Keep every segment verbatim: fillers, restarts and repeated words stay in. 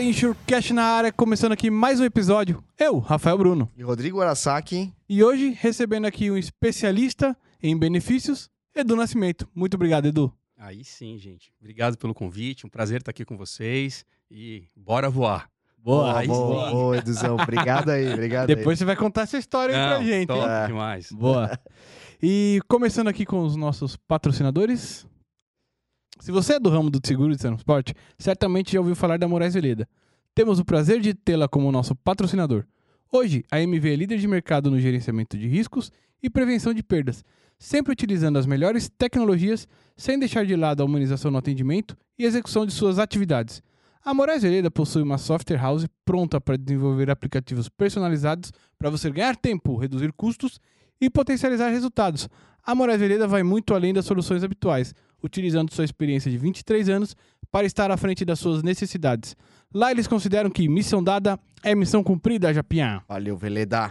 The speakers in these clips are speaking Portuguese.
InsureCast na área, começando aqui mais um episódio. Eu, Rafael Bruno. E Rodrigo Arasaki. E hoje, recebendo aqui um especialista em benefícios, Edu Nascimento. Muito obrigado, Edu. Aí sim, gente. Obrigado pelo convite, um prazer estar aqui com vocês e bora voar. Boa, aí boa, sim. boa, Eduzão. Obrigado aí, obrigado Depois aí. você vai contar essa história aí Não, pra gente, top hein? É. demais. Boa. E começando aqui com os nossos patrocinadores. Se você é do ramo do seguro de transporte, certamente já ouviu falar da Moraes Veleda. Temos o prazer de tê-la como nosso patrocinador. Hoje, a M V é líder de mercado no gerenciamento de riscos e prevenção de perdas, sempre utilizando as melhores tecnologias, sem deixar de lado a humanização no atendimento e execução de suas atividades. A Moraes Veleda possui uma software house pronta para desenvolver aplicativos personalizados para você ganhar tempo, reduzir custos e potencializar resultados. A Moraes Veleda vai muito além das soluções habituais, utilizando sua experiência de vinte e três anos para estar à frente das suas necessidades. Lá eles consideram que missão dada é missão cumprida, Japinha. Valeu, Veleda.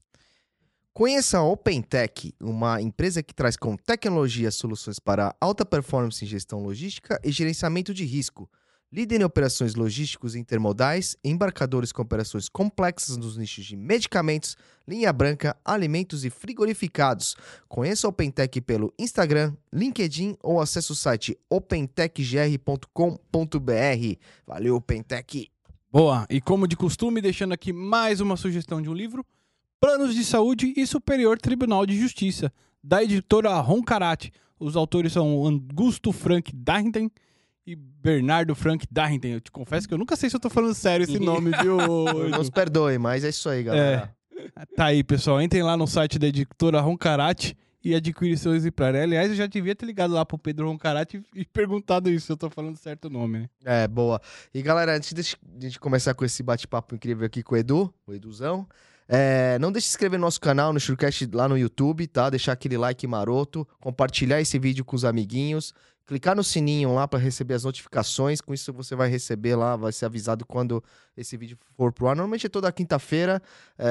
Conheça a OpenTech, uma empresa que traz com tecnologia soluções para alta performance em gestão logística e gerenciamento de risco. Líder em operações logísticos intermodais, embarcadores com operações complexas nos nichos de medicamentos, linha branca, alimentos e frigorificados. Conheça a OpenTech pelo Instagram, LinkedIn ou acesse o site opentech g r ponto com ponto b r. Valeu, OpenTech! Boa, e como de costume, deixando aqui mais uma sugestão de um livro, Planos de Saúde e Superior Tribunal de Justiça, da editora Roncarate. Os autores são Augusto Frank Darrington e Bernardo Frank Darrington. Eu te confesso que eu nunca sei se eu tô falando sério esse nome, viu? Nos perdoe, mas é isso aí, galera. É. Tá aí, pessoal. Entrem lá no site da editora Roncarate e adquire seu exemplar. Aliás, eu já devia ter ligado lá pro Pedro Roncarate e perguntado isso, se eu tô falando certo o nome, né? É, boa. E galera, antes de a gente começar com esse bate-papo incrível aqui com o Edu, o Eduzão, é, não deixe de se inscrever no nosso canal, no InsureCast lá no YouTube, tá? Deixar aquele like maroto, compartilhar esse vídeo com os amiguinhos, clicar no sininho lá para receber as notificações. Com isso você vai receber lá, vai ser avisado quando esse vídeo for pro ar. Normalmente é toda quinta-feira,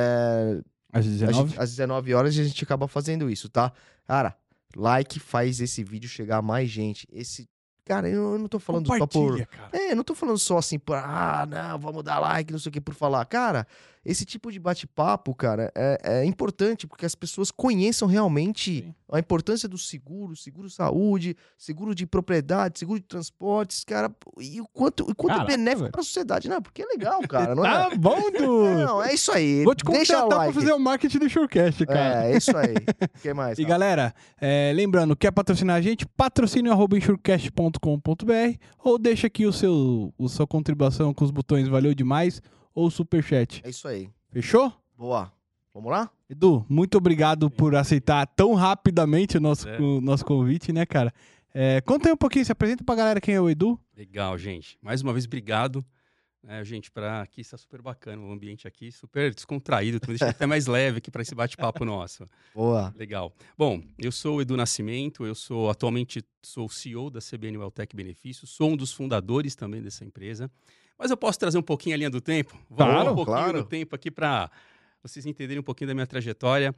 é, Às a dezenove? gente- às dezenove horas a gente acaba fazendo isso, tá? Cara, like faz esse vídeo chegar a mais gente. Esse, cara, eu, eu não tô falando só por... Compartilha, cara. É, eu não tô falando só assim por, ah, não, vamos dar like, não sei o que, por falar. Cara, esse tipo de bate-papo, cara, é, é importante porque as pessoas conheçam realmente Sim. a importância do seguro, seguro saúde, seguro de propriedade, seguro de transportes, cara, e o quanto, o quanto é Caraca, benéfico velho. pra sociedade. Não, porque é legal, cara, não Tá é? bom, Du. Não, é isso aí. Vou te Deixa contratar o pra like. fazer o marketing do Showcast, cara. É, é isso aí. O que mais? E cara? galera, é, lembrando, quer patrocinar a gente? Patrocine arroba insurecast ponto com ponto b r ou deixa aqui o seu, o sua contribuição com os botões Valeu Demais ou Superchat. É isso aí. Fechou? Boa. Vamos lá? Edu, muito obrigado por aceitar tão rapidamente o nosso, É. o nosso convite, né, cara? É, conta aí um pouquinho, se apresenta pra galera quem é o Edu. Legal, gente. Mais uma vez, obrigado. É, gente, para aqui está super bacana o ambiente aqui, super descontraído, me deixa até mais leve aqui para esse bate-papo nosso. Boa. Legal. Bom, eu sou o Edu Nascimento, eu sou atualmente sou o C E O da C B N Welltec Benefícios, sou um dos fundadores também dessa empresa, mas eu posso trazer um pouquinho a linha do tempo? Vamos Claro, um pouquinho claro. do tempo aqui para vocês entenderem um pouquinho da minha trajetória.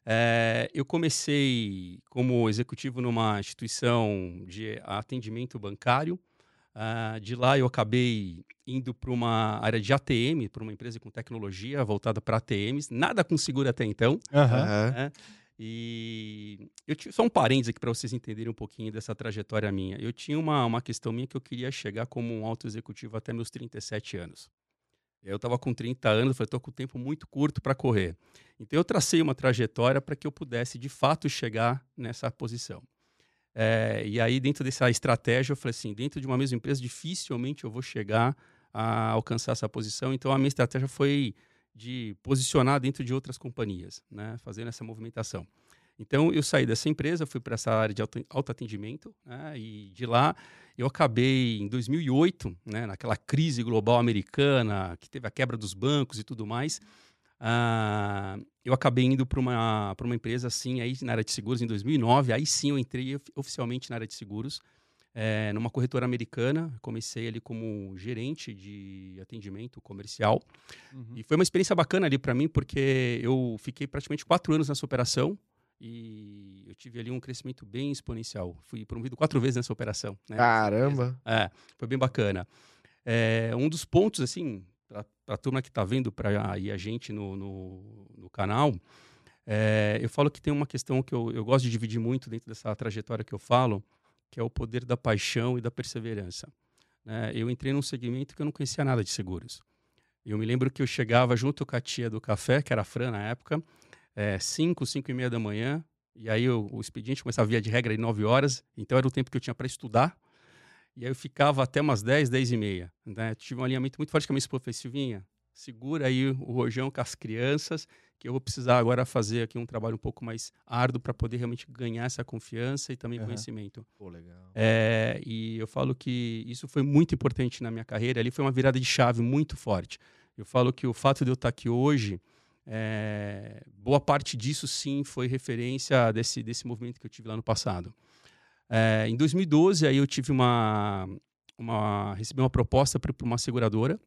É, eu comecei como executivo numa instituição de atendimento bancário. Uh, de lá eu acabei indo para uma área de A T M, para uma empresa com tecnologia voltada para A T Ms, nada com seguro até então. Aham. Né? E eu tinha só um parênteses aqui para vocês entenderem um pouquinho dessa trajetória minha. Eu tinha uma, uma questão minha que eu queria chegar como um alto executivo até meus trinta e sete anos. Eu estava com trinta anos, falei, estou com tempo muito curto para correr. Então eu tracei uma trajetória para que eu pudesse de fato chegar nessa posição. É, e aí, dentro dessa estratégia, eu falei assim, dentro de uma mesma empresa, dificilmente eu vou chegar a alcançar essa posição. Então, a minha estratégia foi de posicionar dentro de outras companhias, né, fazendo essa movimentação. Então, eu saí dessa empresa, fui para essa área de auto, autoatendimento, né, e de lá eu acabei, em dois mil e oito, né, naquela crise global americana, que teve a quebra dos bancos e tudo mais, Uh, eu acabei indo para uma, para uma empresa assim, aí na área de seguros em dois mil e nove. Aí sim eu entrei oficialmente na área de seguros, é, numa corretora americana. Comecei ali como gerente de atendimento comercial. Uhum. E foi uma experiência bacana ali para mim, porque eu fiquei praticamente quatro anos nessa operação e eu tive ali um crescimento bem exponencial. Fui promovido quatro vezes nessa operação. Né? Caramba! É, foi bem bacana. É, um dos pontos, assim, para a turma que está vendo para aí a gente no, no, no canal, é, eu falo que tem uma questão que eu, eu gosto de dividir muito dentro dessa trajetória que eu falo, que é o poder da paixão e da perseverança. Né? Eu entrei num segmento que eu não conhecia nada de seguros. Eu me lembro que eu chegava junto com a tia do café, que era a Fran na época, é, cinco, cinco e meia da manhã, e aí eu, o expediente começava via de regra em nove horas, então era o tempo que eu tinha para estudar, e aí eu ficava até umas dez, dez e meia. Né? Tive um alinhamento muito forte com a minha esposa, falei, Silvinha, segura aí o rojão com as crianças, que eu vou precisar agora fazer aqui um trabalho um pouco mais árduo para poder realmente ganhar essa confiança e também Uhum. conhecimento. Pô, legal. É, e eu falo que isso foi muito importante na minha carreira, ali foi uma virada de chave muito forte. Eu falo que o fato de eu estar aqui hoje, é, boa parte disso sim foi referência desse, desse movimento que eu tive lá no passado. É, em dois mil e doze, aí eu tive uma, uma, recebi uma proposta para uma seguradora.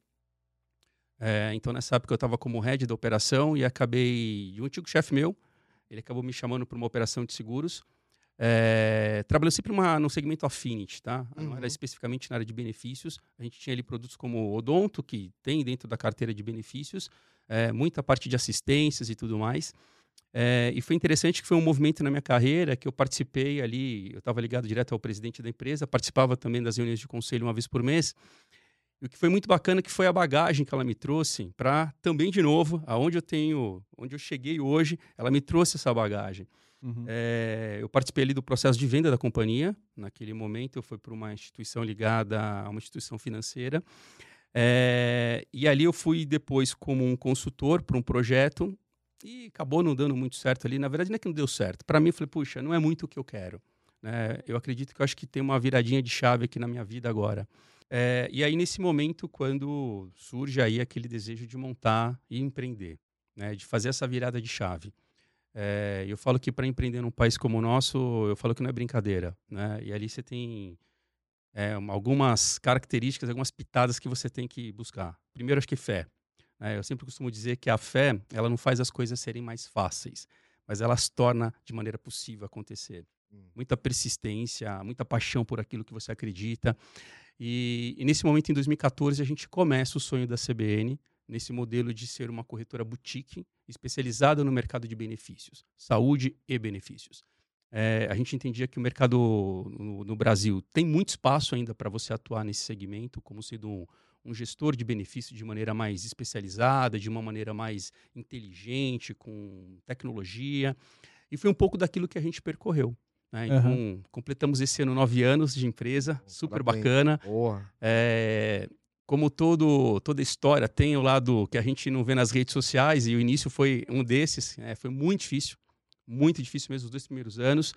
É, então, nessa época, eu estava como head da operação e acabei... Um antigo chefe meu, ele acabou me chamando para uma operação de seguros. É, trabalhou sempre uma, no segmento Affinity, tá? Uhum. Não era especificamente na área de benefícios. A gente tinha ali produtos como Odonto, que tem dentro da carteira de benefícios, é, muita parte de assistências e tudo mais. É, e foi interessante que foi um movimento na minha carreira que eu participei ali, eu estava ligado direto ao presidente da empresa, participava também das reuniões de conselho uma vez por mês. E o que foi muito bacana que foi a bagagem que ela me trouxe para também, de novo, aonde eu tenho, onde eu cheguei hoje, ela me trouxe essa bagagem. Uhum. É, eu participei ali do processo de venda da companhia. Naquele momento, eu fui para uma instituição ligada a uma instituição financeira. É, e ali eu fui depois como um consultor para um projeto e acabou não dando muito certo ali. Na verdade, não é que não deu certo. Para mim, eu falei, puxa, não é muito o que eu quero. Né? Eu acredito que eu acho que tem uma viradinha de chave aqui na minha vida agora. É, e aí, nesse momento, quando surge aí aquele desejo de montar e empreender, né? De fazer essa virada de chave. É, eu falo que para empreender num país como o nosso, eu falo que não é brincadeira, né? E ali você tem é, algumas características, algumas pitadas que você tem que buscar. Primeiro, acho que fé. Né? Eu sempre costumo dizer que a fé, ela não faz as coisas serem mais fáceis, mas ela as torna de maneira possível acontecer. Muita persistência, muita paixão por aquilo que você acredita. E, e nesse momento, em dois mil e quatorze, a gente começa o sonho da C B N, nesse modelo de ser uma corretora boutique especializada no mercado de benefícios, saúde e benefícios. É, a gente entendia que o mercado no, no Brasil tem muito espaço ainda para você atuar nesse segmento, como sendo um, um gestor de benefícios de maneira mais especializada, de uma maneira mais inteligente, com tecnologia. E foi um pouco daquilo que a gente percorreu. Né? Então, uhum. completamos esse ano nove anos de empresa, super Parabéns. Bacana. Boa. É, como todo, toda história tem o lado que a gente não vê nas redes sociais, e o início foi um desses, né? Foi muito difícil, muito difícil mesmo os dois primeiros anos,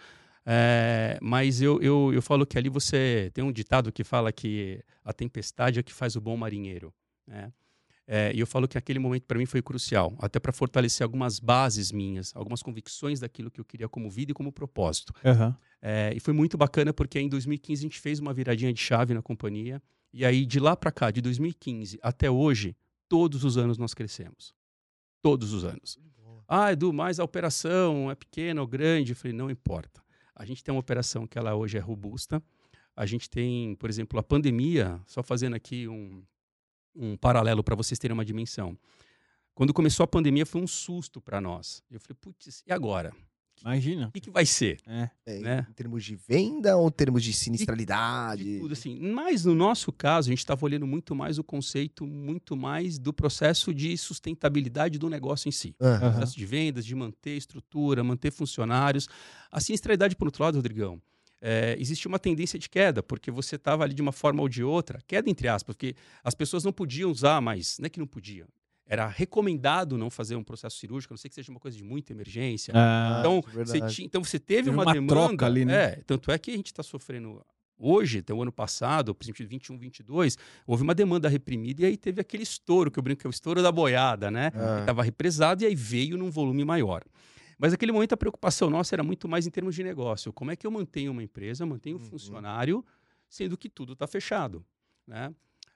é, mas eu, eu, eu falo que ali você tem um ditado que fala que a tempestade é que faz o bom marinheiro, né? É, e eu falo que aquele momento para mim foi crucial, até para fortalecer algumas bases minhas, algumas convicções daquilo que eu queria como vida e como propósito. Uhum. É, e foi muito bacana porque em dois mil e quinze a gente fez uma viradinha de chave na companhia. E aí, de lá para cá, de dois mil e quinze até hoje, todos os anos nós crescemos. Todos os anos. Ah, Edu, mas a operação é pequena ou grande? Eu falei, não importa. A gente tem uma operação que ela hoje é robusta. A gente tem, por exemplo, a pandemia, só fazendo aqui um, um paralelo para vocês terem uma dimensão. Quando começou a pandemia, foi um susto para nós. Eu falei, putz, e agora? Imagina. O que, que vai ser? É. É, né? Em termos de venda ou em termos de sinistralidade? De, de tudo, assim. Mas, no nosso caso, a gente estava olhando muito mais o conceito, muito mais do processo de sustentabilidade do negócio em si. Uhum. O processo de vendas, de manter estrutura, manter funcionários. A sinistralidade, por outro lado, Rodrigão, é, existe uma tendência de queda, porque você estava ali de uma forma ou de outra, queda entre aspas, porque as pessoas não podiam usar mais, não é que não podiam, era recomendado não fazer um processo cirúrgico, a não ser que seja uma coisa de muita emergência. Ah, então, você tinha, então você teve, teve uma, uma demanda. Troca ali, né? É, tanto é que a gente está sofrendo hoje, até o ano passado, por exemplo, vinte e um, vinte e dois, houve uma demanda reprimida e aí teve aquele estouro, que eu brinco que é o estouro da boiada, né? Estava ah. represado e aí veio num volume maior. Mas naquele momento a preocupação nossa era muito mais em termos de negócio. Como é que eu mantenho uma empresa, mantenho um uhum. funcionário, sendo que tudo está fechado, né?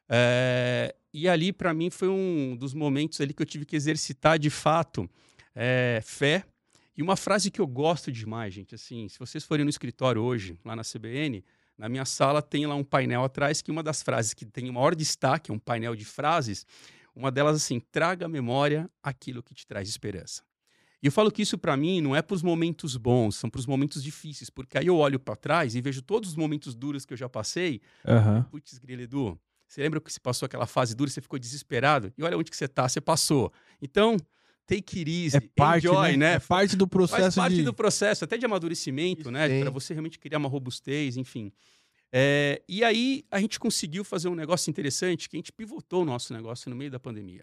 É, e ali, para mim, foi um dos momentos ali que eu tive que exercitar, de fato, é, fé. E uma frase que eu gosto demais, gente, assim, se vocês forem no escritório hoje, lá na C B N, Na minha sala tem lá um painel atrás que uma das frases que tem o maior destaque, um painel de frases, uma delas assim, traga à memória aquilo que te traz esperança. E eu falo que isso para mim não é para os momentos bons, são para os momentos difíceis, porque aí eu olho para trás e vejo todos os momentos duros que eu já passei. Aham. Putz, grilo, Edu, você lembra que você passou aquela fase dura, você ficou desesperado? E olha onde que você tá, você passou. Então, take it easy, É parte, enjoy, né? né? É parte do processo Faz parte de... do processo, até de amadurecimento, Isso, né? sim. Para você realmente criar uma robustez, enfim. É, e aí a gente conseguiu fazer um negócio interessante, que a gente pivotou o nosso negócio no meio da pandemia.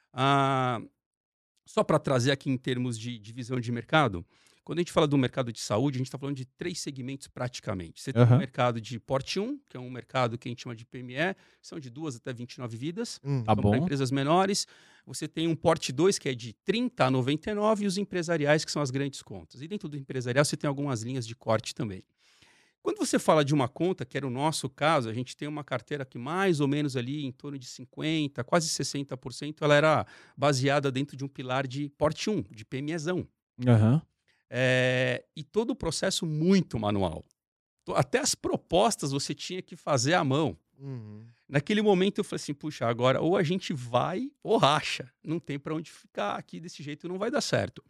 Ah, só para trazer aqui em termos de divisão de mercado, quando a gente fala do mercado de saúde, a gente está falando de três segmentos praticamente. Você tem Aham. o mercado de porte um, que é um mercado que a gente chama de P M E, são de duas até vinte e nove vidas, Hum. Tá são para bom. empresas menores. Você tem um porte dois, que é de trinta a noventa e nove, e os empresariais, que são as grandes contas. E dentro do empresarial, você tem algumas linhas de corte também. Quando você fala de uma conta, que era o nosso caso, a gente tem uma carteira que mais ou menos ali em torno de cinquenta por cento, quase sessenta por cento, ela era baseada dentro de um pilar de porte um, de PMEzão. Aham. É, e todo o processo muito manual. To- Até as propostas você tinha que fazer à mão. Uhum. Naquele momento eu falei assim, puxa, agora ou a gente vai ou racha. Não tem para onde ficar aqui desse jeito, não vai dar certo.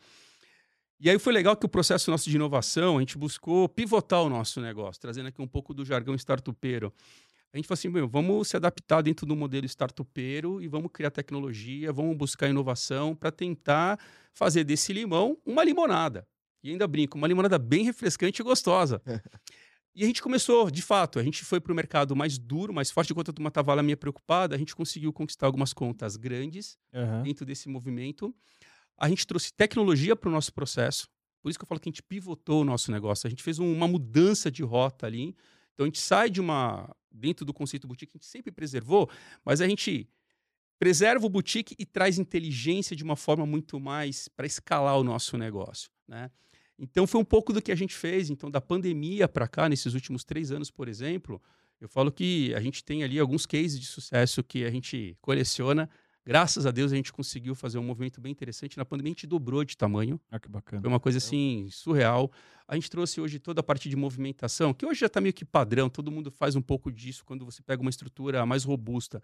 E aí foi legal que o processo nosso de inovação, a gente buscou pivotar o nosso negócio, trazendo aqui um pouco do jargão startupeiro. A gente falou assim, meu, vamos se adaptar dentro do modelo startupeiro e vamos criar tecnologia, vamos buscar inovação para tentar fazer desse limão uma limonada. E ainda brinco, uma limonada bem refrescante e gostosa. E a gente começou, de fato, a gente foi para o mercado mais duro, mais forte, enquanto a turma estava lá meio preocupada, a gente conseguiu conquistar algumas contas grandes Aham. dentro desse movimento. A gente trouxe tecnologia para o nosso processo, por isso que eu falo que a gente pivotou o nosso negócio, a gente fez um- uma mudança de rota ali. Então a gente sai de uma, dentro do conceito boutique, a gente sempre preservou, mas a gente preserva o boutique e traz inteligência de uma forma muito mais para escalar o nosso negócio, né? Então foi um pouco do que a gente fez. Então da pandemia para cá, nesses últimos três anos, por exemplo, eu falo que a gente tem ali alguns cases de sucesso que a gente coleciona. Graças a Deus a gente conseguiu fazer um movimento bem interessante. Na pandemia a gente dobrou de tamanho. Ah, que bacana. Foi uma coisa assim surreal. A gente trouxe hoje toda a parte de movimentação, que hoje já está meio que padrão, todo mundo faz um pouco disso quando você pega uma estrutura mais robusta.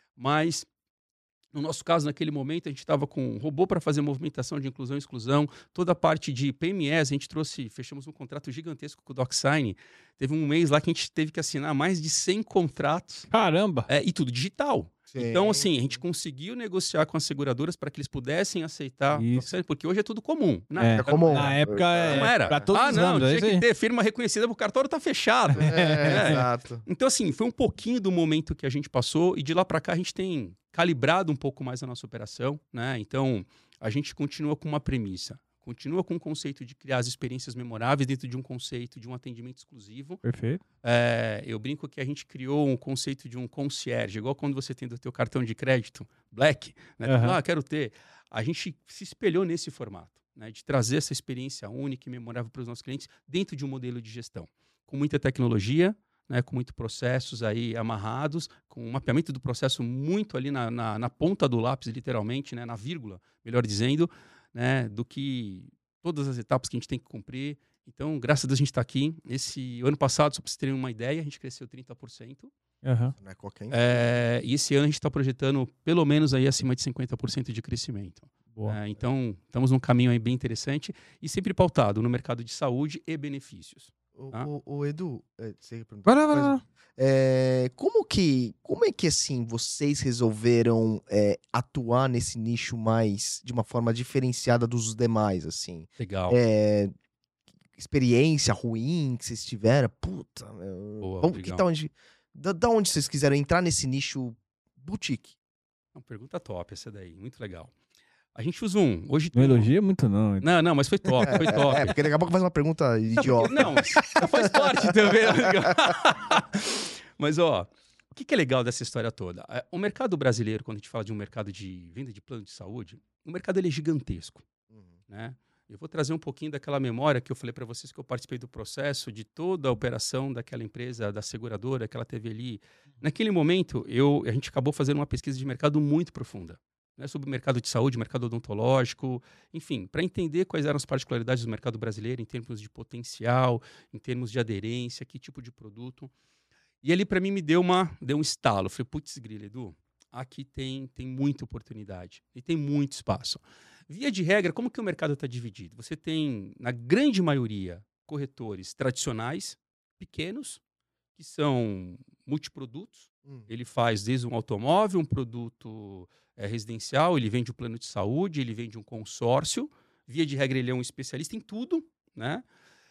Mas no nosso caso, naquele momento, a gente estava com um robô para fazer movimentação de inclusão e exclusão, toda a parte de P M Es, a gente trouxe, fechamos um contrato gigantesco com o DocSign. Teve um mês lá que a gente teve que assinar mais de cem contratos, Caramba! é, e tudo digital. Sim. Então, assim, a gente conseguiu negociar com as seguradoras para que eles pudessem aceitar, o Isso. DocSign, porque hoje é tudo comum. Na É, época comum. não Na era. época é Não era. pra todos ah, os não, anos, é tinha isso que aí. ter firma reconhecida, o cartório tá fechado. É, É. exato. Então, assim, foi um pouquinho do momento que a gente passou e de lá para cá a gente tem calibrado um pouco mais a nossa operação, né? Então, a gente continua com uma premissa, continua com o conceito de criar as experiências memoráveis dentro de um conceito de um atendimento exclusivo. Perfeito. É, eu brinco que a gente criou um conceito de um concierge, igual quando você tem do teu cartão de crédito, Black, né? Aham. Ah, quero ter. A gente se espelhou nesse formato, né? De trazer essa experiência única e memorável para os nossos clientes dentro de um modelo de gestão, com muita tecnologia, né, com muitos processos aí amarrados, com um mapeamento do processo muito ali na, na, na ponta do lápis, literalmente, né, na vírgula, melhor dizendo, né, do que todas as etapas que a gente tem que cumprir. Então, graças a Deus, a gente está aqui. Esse ano passado, só para vocês terem uma ideia, a gente cresceu trinta por cento. Aham. Não é qualquer É, e esse ano a gente está projetando pelo menos aí acima de cinquenta por cento de crescimento. Boa. É, então, estamos num caminho aí bem interessante e sempre pautado no mercado de saúde e benefícios. O, Tá. o- o Edu, é, você ia perguntar Vai lá, vai alguma lá. coisa? É, como que, como é que assim vocês resolveram é, atuar nesse nicho mais de uma forma diferenciada dos demais, assim? Legal. É, experiência ruim que vocês tiveram? Puta, meu, Boa, vamos, que legal. da onde, da, da onde vocês quiseram entrar nesse nicho boutique? Uma pergunta top essa daí, muito legal. A gente usa um. Hoje Não tem um- elogia muito, não. Não, não, mas foi top, foi top. É, porque daqui a pouco faz uma pergunta Não, idiota. porque- não, faz parte também. Mas, ó, o que que é legal dessa história toda? É, o mercado brasileiro, quando a gente fala de um mercado de venda de plano de saúde, o mercado ele é gigantesco, Uhum. né? Eu vou trazer um pouquinho daquela memória que eu falei para vocês que eu participei do processo de toda a operação daquela empresa, da seguradora que ela teve ali. Naquele momento, eu, a gente acabou fazendo uma pesquisa de mercado muito profunda. né, sobre o mercado de saúde, mercado odontológico, enfim, para entender quais eram as particularidades do mercado brasileiro em termos de potencial, em termos de aderência, que tipo de produto. E ali, para mim, me deu, uma, deu um estalo. Eu falei, putz, grilo, Edu, aqui tem, tem muita oportunidade e tem muito espaço. Via de regra, como que o mercado está dividido? Você tem, na grande maioria, corretores tradicionais, pequenos, que são multiprodutos. Hum. Ele faz desde um automóvel, um produto é, residencial, ele vende um plano de saúde, ele vende um consórcio. Via de regra, ele é um especialista em tudo, né?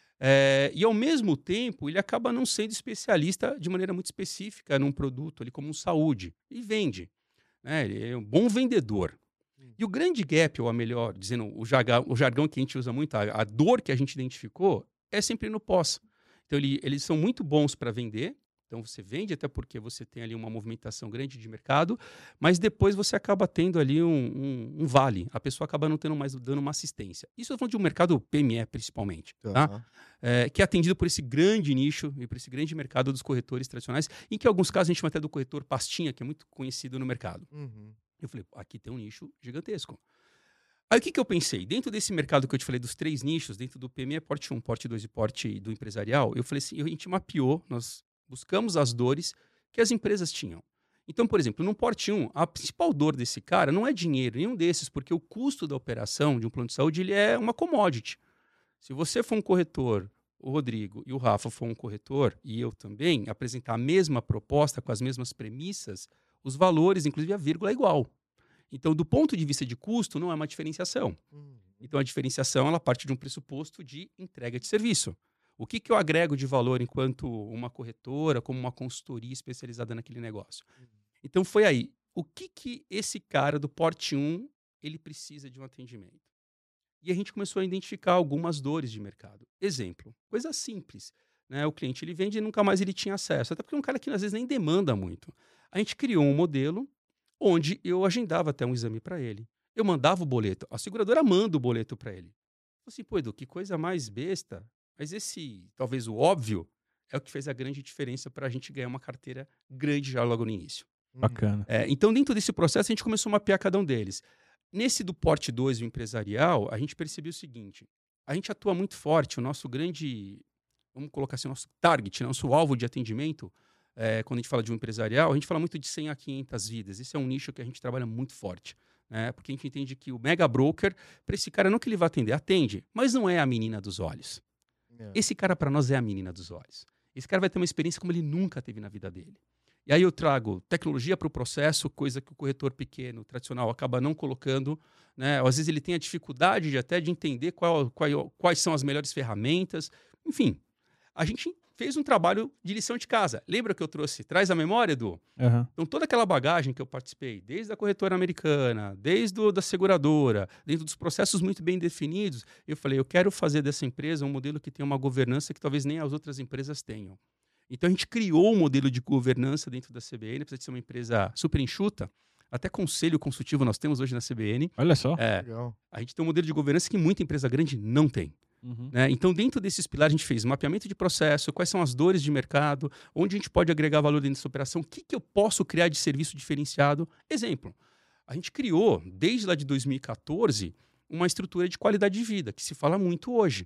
É, e, ao mesmo tempo, ele acaba não sendo especialista de maneira muito específica num produto, ali, como um saúde. E vende. Né? Ele é um bom vendedor. Hum. E o grande gap, ou a melhor, dizendo o jargão, o jargão que a gente usa muito, a, a dor que a gente identificou, é sempre no pós. Então, ele, eles são muito bons para vender. Então, você vende até porque você tem ali uma movimentação grande de mercado, mas depois você acaba tendo ali um, um, um vale. A pessoa acaba não tendo mais, dando uma assistência. Isso eu estou falando de um mercado P M E, principalmente, uhum. tá? É, que é atendido por esse grande nicho e por esse grande mercado dos corretores tradicionais, em que, em alguns casos, a gente chama até do corretor pastinha, que é muito conhecido no mercado. Uhum. Eu falei, aqui tem um nicho gigantesco. Aí, o que, que eu pensei? Dentro desse mercado que eu te falei, dos três nichos, dentro do P M E, porte um, porte dois e porte do empresarial, eu falei assim, a gente mapeou, nós buscamos as dores que as empresas tinham. Então, por exemplo, no porte um, a principal dor desse cara não é dinheiro, nenhum desses, porque o custo da operação de um plano de saúde ele é uma commodity. Se você for um corretor, o Rodrigo e o Rafa for um corretor, e eu também, apresentar a mesma proposta com as mesmas premissas, os valores, inclusive a vírgula, é igual. Então, do ponto de vista de custo, não é uma diferenciação. Então, a diferenciação ela parte de um pressuposto de entrega de serviço. O que, que eu agrego de valor enquanto uma corretora, como uma consultoria especializada naquele negócio? Então, foi aí. O que, que esse cara do porte um, ele precisa de um atendimento? E a gente começou a identificar algumas dores de mercado. Exemplo, coisa simples. Né? O cliente ele vende e nunca mais ele tinha acesso. Até porque é um cara que às vezes nem demanda muito. A gente criou um modelo onde eu agendava até um exame para ele. Eu mandava o boleto. A seguradora manda o boleto para ele. Eu falei assim, pô, Edu, que coisa mais besta. Mas esse, talvez o óbvio, é o que fez a grande diferença para a gente ganhar uma carteira grande já logo no início. Bacana. É, então, dentro desse processo, a gente começou a mapear cada um deles. Nesse do porte dois, o empresarial, a gente percebeu o seguinte, a gente atua muito forte, o nosso grande, vamos colocar assim, o nosso target, nosso alvo de atendimento, é, quando a gente fala de um empresarial, a gente fala muito de cem a quinhentas vidas. Esse é um nicho que a gente trabalha muito forte. Né? Porque a gente entende que o mega broker, para esse cara, não que ele vai atender, atende, mas não é a menina dos olhos. Esse cara, para nós, é a menina dos olhos. Esse cara vai ter uma experiência como ele nunca teve na vida dele. E aí eu trago tecnologia para o processo, coisa que o corretor pequeno, tradicional, acaba não colocando. Né? Às vezes ele tem a dificuldade de até de entender qual, qual, quais são as melhores ferramentas. Enfim, a gente fez um trabalho de lição de casa. Lembra que eu trouxe? Traz a memória, Edu? Uhum. Então, toda aquela bagagem que eu participei, desde a corretora americana, desde o, da seguradora, dentro dos processos muito bem definidos, eu falei, eu quero fazer dessa empresa um modelo que tenha uma governança que talvez nem as outras empresas tenham. Então, a gente criou um modelo de governança dentro da C B N, precisa de ser uma empresa super enxuta, até conselho consultivo nós temos hoje na C B N. Olha só. É, Legal. a gente tem um modelo de governança que muita empresa grande não tem. Uhum. Né? Então, dentro desses pilares, a gente fez mapeamento de processo, quais são as dores de mercado, onde a gente pode agregar valor dentro dessa operação, o que, que eu posso criar de serviço diferenciado. Exemplo, a gente criou, desde lá de dois mil e quatorze, uma estrutura de qualidade de vida, que se fala muito hoje.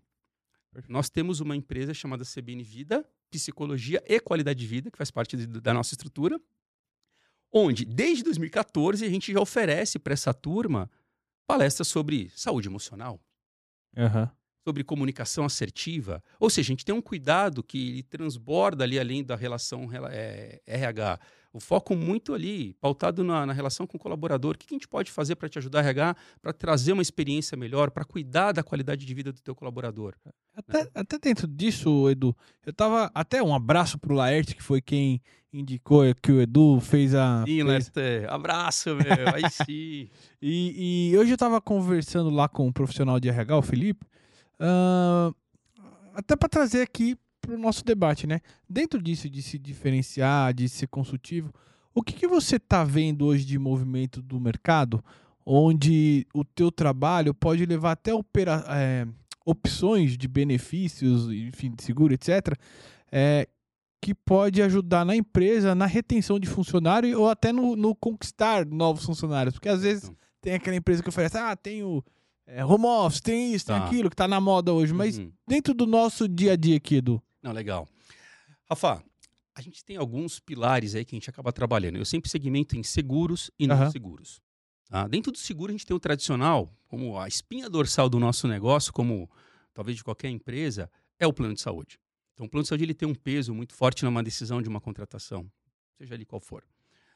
Nós temos uma empresa chamada C B N Vida, Psicologia e Qualidade de Vida, que faz parte de, da nossa estrutura, onde, desde dois mil e quatorze, a gente já oferece para essa turma palestras sobre saúde emocional. Uhum. Sobre comunicação assertiva. Ou seja, a gente tem um cuidado que ele transborda ali além da relação é, R H. O foco muito ali, pautado na, na relação com o colaborador. O que a gente pode fazer para te ajudar a R H, para trazer uma experiência melhor, para cuidar da qualidade de vida do teu colaborador. Até, né? até dentro disso, Edu, eu tava... Até um abraço pro Laerte, que foi quem indicou que o Edu fez a... Sim, fez... Laerte. Abraço, meu. Aí sim. e, e hoje eu tava conversando lá com um profissional de R H, o Felipe, Uh, até para trazer aqui para o nosso debate, né? Dentro disso, de se diferenciar, de ser consultivo, o que, que você está vendo hoje de movimento do mercado, onde o teu trabalho pode levar até opera, é, opções de benefícios, enfim, de seguro, etcétera, é, que pode ajudar na empresa, na retenção de funcionário ou até no, no conquistar novos funcionários, porque às vezes tem aquela empresa que oferece, ah, tem o é, home office, tem isso, tem Tá. aquilo, que tá na moda hoje. Mas Uhum. dentro do nosso dia a dia aqui, Edu. Não, legal. Rafa, a gente tem alguns pilares aí que a gente acaba trabalhando. Eu sempre segmento em seguros e não Aham. seguros. Tá? Dentro do seguro, a gente tem o tradicional, como a espinha dorsal do nosso negócio, como talvez de qualquer empresa, é o plano de saúde. Então, o plano de saúde ele tem um peso muito forte numa decisão de uma contratação, seja ali qual for.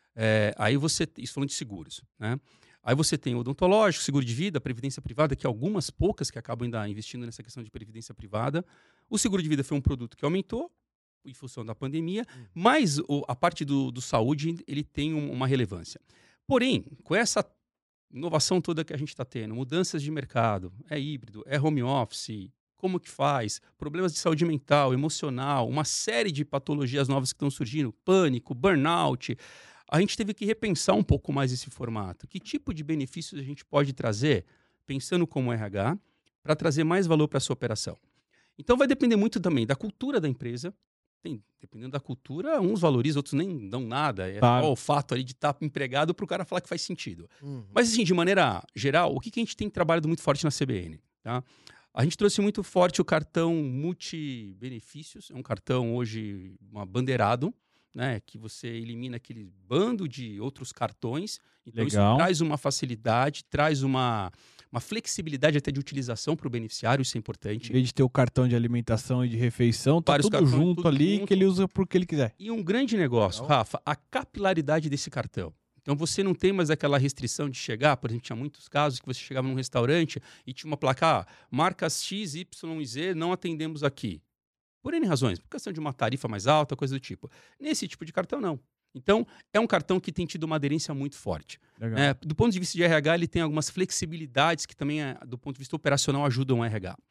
É, aí você, isso falando de seguros, né? Aí você tem o odontológico, seguro de vida, previdência privada, que algumas poucas que acabam ainda investindo nessa questão de previdência privada. O seguro de vida foi um produto que aumentou em função da pandemia, mas o, a parte do, do saúde ele tem um, uma relevância. Porém, com essa inovação toda que a gente está tendo, mudanças de mercado, é híbrido, é home office, como que faz, problemas de saúde mental, emocional, uma série de patologias novas que estão surgindo, pânico, burnout, a gente teve que repensar um pouco mais esse formato. Que tipo de benefícios a gente pode trazer, pensando como R H, para trazer mais valor para a sua operação? Então vai depender muito também da cultura da empresa. Tem, dependendo da cultura, uns valorizam, outros nem dão nada. É Claro. só o fato ali de estar empregado para o cara falar que faz sentido. Uhum. Mas, assim, de maneira geral, o que, que a gente tem trabalhado muito forte na C B N? Tá? A gente trouxe muito forte o cartão multi-benefícios. É um cartão hoje uma bandeirado, né? Que você elimina aquele bando de outros cartões. Então, Legal. isso traz uma facilidade, traz uma, uma flexibilidade até de utilização para o beneficiário. Isso é Em importante. vez de ter o cartão de alimentação e de refeição, tá Vários tudo cartões, junto tudo ali junto. que ele usa pro que ele quiser. E um grande negócio, Legal. Rafa, a capilaridade desse cartão. Então você não tem mais aquela restrição de chegar, por exemplo, tinha muitos casos que você chegava num restaurante e tinha uma placa, ah, marcas X, Y e Z, não atendemos aqui. Por N razões, por questão de uma tarifa mais alta, coisa do tipo. Nesse tipo de cartão, não. Então, é um cartão que tem tido uma aderência muito forte. Legal. É, do ponto de vista de R H, ele tem algumas flexibilidades que também, é, do ponto de vista operacional, ajudam o R H.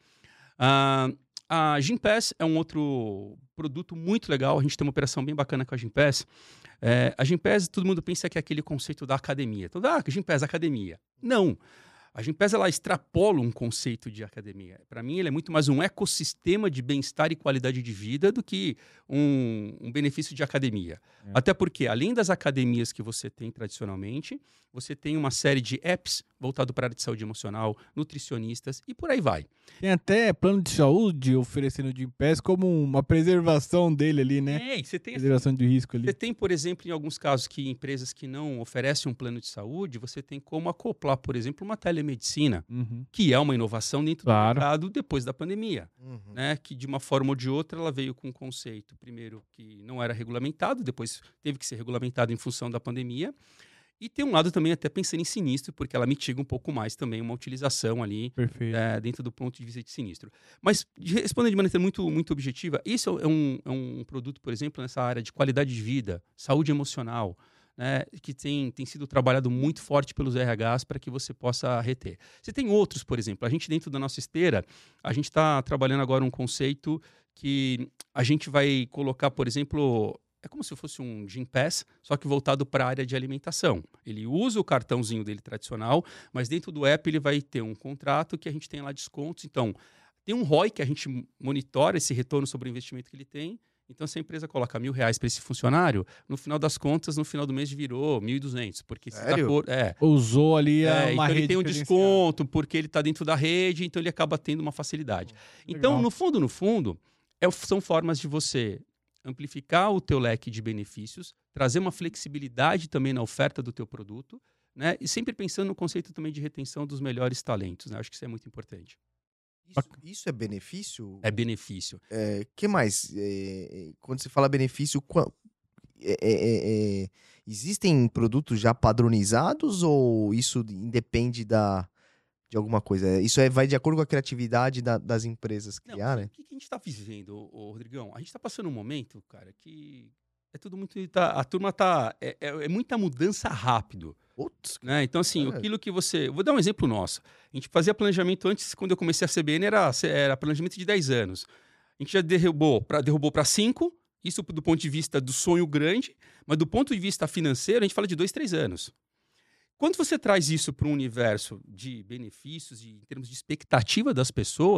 Ah, a Gympass é um outro produto muito legal. A gente tem uma operação bem bacana com a Gympass. É, a Gympass, todo mundo pensa que é aquele conceito da academia. Então, ah, Gympass, academia. Não. A Gympass, ela extrapola um conceito de academia. Para mim, ele é muito mais um ecossistema de bem-estar e qualidade de vida do que um, um benefício de academia. É. Até porque, além das academias que você tem tradicionalmente, você tem uma série de apps voltado para a área de saúde emocional, nutricionistas e por aí vai. Tem até plano de saúde oferecendo de Gympass como uma preservação dele ali, né? É, e você tem assim, Preservação de risco ali. Você tem, por exemplo, em alguns casos que empresas que não oferecem um plano de saúde, você tem como acoplar, por exemplo, uma telemedicina, Uhum. que é uma inovação dentro Claro. do mercado depois da pandemia, Uhum. né? Que de uma forma ou de outra ela veio com um conceito, primeiro, que não era regulamentado, depois teve que ser regulamentado em função da pandemia. E tem um lado também até pensando em sinistro, porque ela mitiga um pouco mais também uma utilização ali Perfeito. é, dentro do ponto de vista de sinistro. Mas, de- respondendo de maneira muito, muito objetiva, isso é um, é um produto, por exemplo, nessa área de qualidade de vida, saúde emocional, né, que tem, tem sido trabalhado muito forte pelos R Hs para que você possa reter. Você tem outros, por exemplo, a gente dentro da nossa esteira, a gente está trabalhando agora um conceito que a gente vai colocar, por exemplo... É como se fosse um Gympass, só que voltado para a área de alimentação. Ele usa o cartãozinho dele tradicional, mas dentro do app ele vai ter um contrato que a gente tem lá descontos. Então, tem um R O I que a gente monitora esse retorno sobre o investimento que ele tem. Então, se a empresa coloca mil reais para esse funcionário, no final das contas, no final do mês virou mil e duzentos. Porque se Sério? tá cor- é, Usou ali a- é, uma então rede ele tem um credenciada. desconto porque ele está dentro da rede, então ele acaba tendo uma facilidade. Então, Legal. no fundo, no fundo, é- são formas de você amplificar o teu leque de benefícios, trazer uma flexibilidade também na oferta do teu produto, né? E sempre pensando no conceito também de retenção dos melhores talentos, né? Acho que isso é muito importante. Isso, isso é benefício? É benefício. É, que mais? É, quando você fala benefício, qua- é- é- é- existem produtos já padronizados ou isso independe da, de alguma coisa? Isso é, vai de acordo com a criatividade da- das empresas Não, criarem? o que, que a gente está vivendo, ô, ô, Rodrigão? A gente está passando um momento, cara, que é tudo muito... Tá, a turma tá... É, é- é muita mudança rápido. Putz, Né? Então, assim, É. aquilo que você... Vou dar um exemplo nosso. A gente fazia planejamento antes, quando eu comecei a C B N, era, era planejamento de dez anos. A gente já derrubou para derrubou para cinco, isso do ponto de vista do sonho grande, mas do ponto de vista financeiro, a gente fala de dois, três anos. Quando você traz isso para um universo de benefícios e em termos de expectativa das pessoas,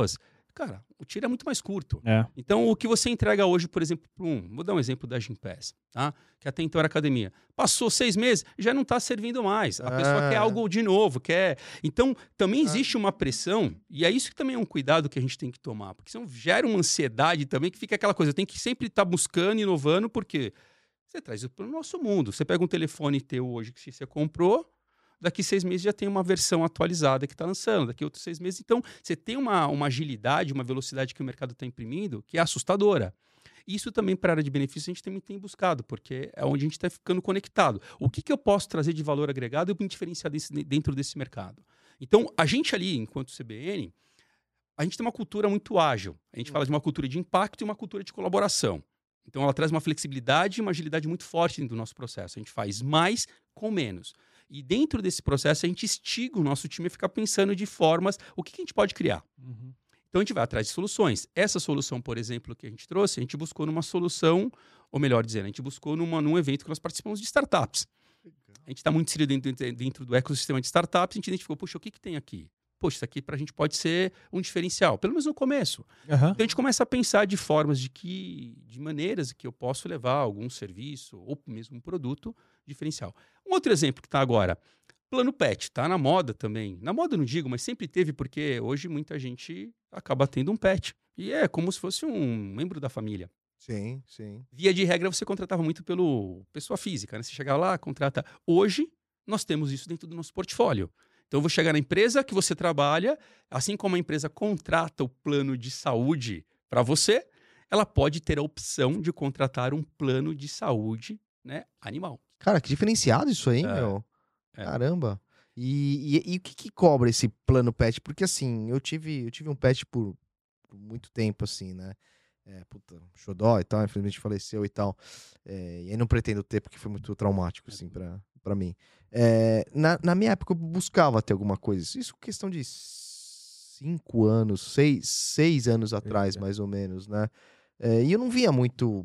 cara, o tiro é muito mais curto. É. Então, o que você entrega hoje, por exemplo, para um... Vou dar um exemplo da Gympass, tá? Que até então era academia. Passou seis meses, já não está servindo mais. A É. pessoa quer algo de novo, quer... Então, também existe uma pressão, e é isso que também é um cuidado que a gente tem que tomar, porque senão gera uma ansiedade também, que fica aquela coisa, eu tenho que sempre estar buscando, inovando, porque você traz isso para o nosso mundo. Você pega um telefone teu hoje que você comprou, daqui seis meses já tem uma versão atualizada que está lançando, daqui outros seis meses. Então, você tem uma, uma agilidade, uma velocidade que o mercado está imprimindo que é assustadora. Isso também, para a área de benefícios, a gente também tem buscado, porque é onde a gente está ficando conectado. O que, que eu posso trazer de valor agregado e me diferenciar desse, dentro desse mercado? Então, a gente ali, enquanto C B N, a gente tem uma cultura muito ágil. A gente fala de uma cultura de impacto e uma cultura de colaboração. Então, ela traz uma flexibilidade e uma agilidade muito forte dentro do nosso processo. A gente faz mais com menos. E dentro desse processo, a gente instiga o nosso time a ficar pensando de formas, o que, que a gente pode criar. Uhum. Então, a gente vai atrás de soluções. Essa solução, por exemplo, que a gente trouxe, a gente buscou numa solução, ou melhor dizendo, a gente buscou numa, num evento que nós participamos de startups. A gente está muito inserido dentro, dentro do ecossistema de startups, a gente identificou, poxa, o que, que tem aqui? Poxa, isso aqui para a gente pode ser um diferencial, pelo menos no começo. Uhum. Então, a gente começa a pensar de formas, de que, de maneiras que eu posso levar algum serviço ou mesmo um produto diferencial. Um outro exemplo que está agora, plano pet, está na moda também. Na moda eu não digo, mas sempre teve, porque hoje muita gente acaba tendo um pet. E é como se fosse um membro da família. Sim, sim. Via de regra, você contratava muito pelo pessoa física, né? Você chegava lá, contrata. Hoje, nós temos isso dentro do nosso portfólio. Então, eu vou chegar na empresa que você trabalha, assim como a empresa contrata o plano de saúde para você, ela pode ter a opção de contratar um plano de saúde, né, animal. Cara, que diferenciado isso aí, É, meu. é. Caramba. E, e, e o que, que cobra esse plano pet? Porque assim, eu tive, eu tive um pet por, por muito tempo, assim, né? É, puta, xodó e tal, infelizmente faleceu e tal. É, e aí não pretendo ter, porque foi muito traumático, assim, pra, pra mim. É, na, na minha época eu buscava ter alguma coisa. Isso questão de cinco anos, seis, seis anos atrás, Eita. mais ou menos, né? É, e eu não via muito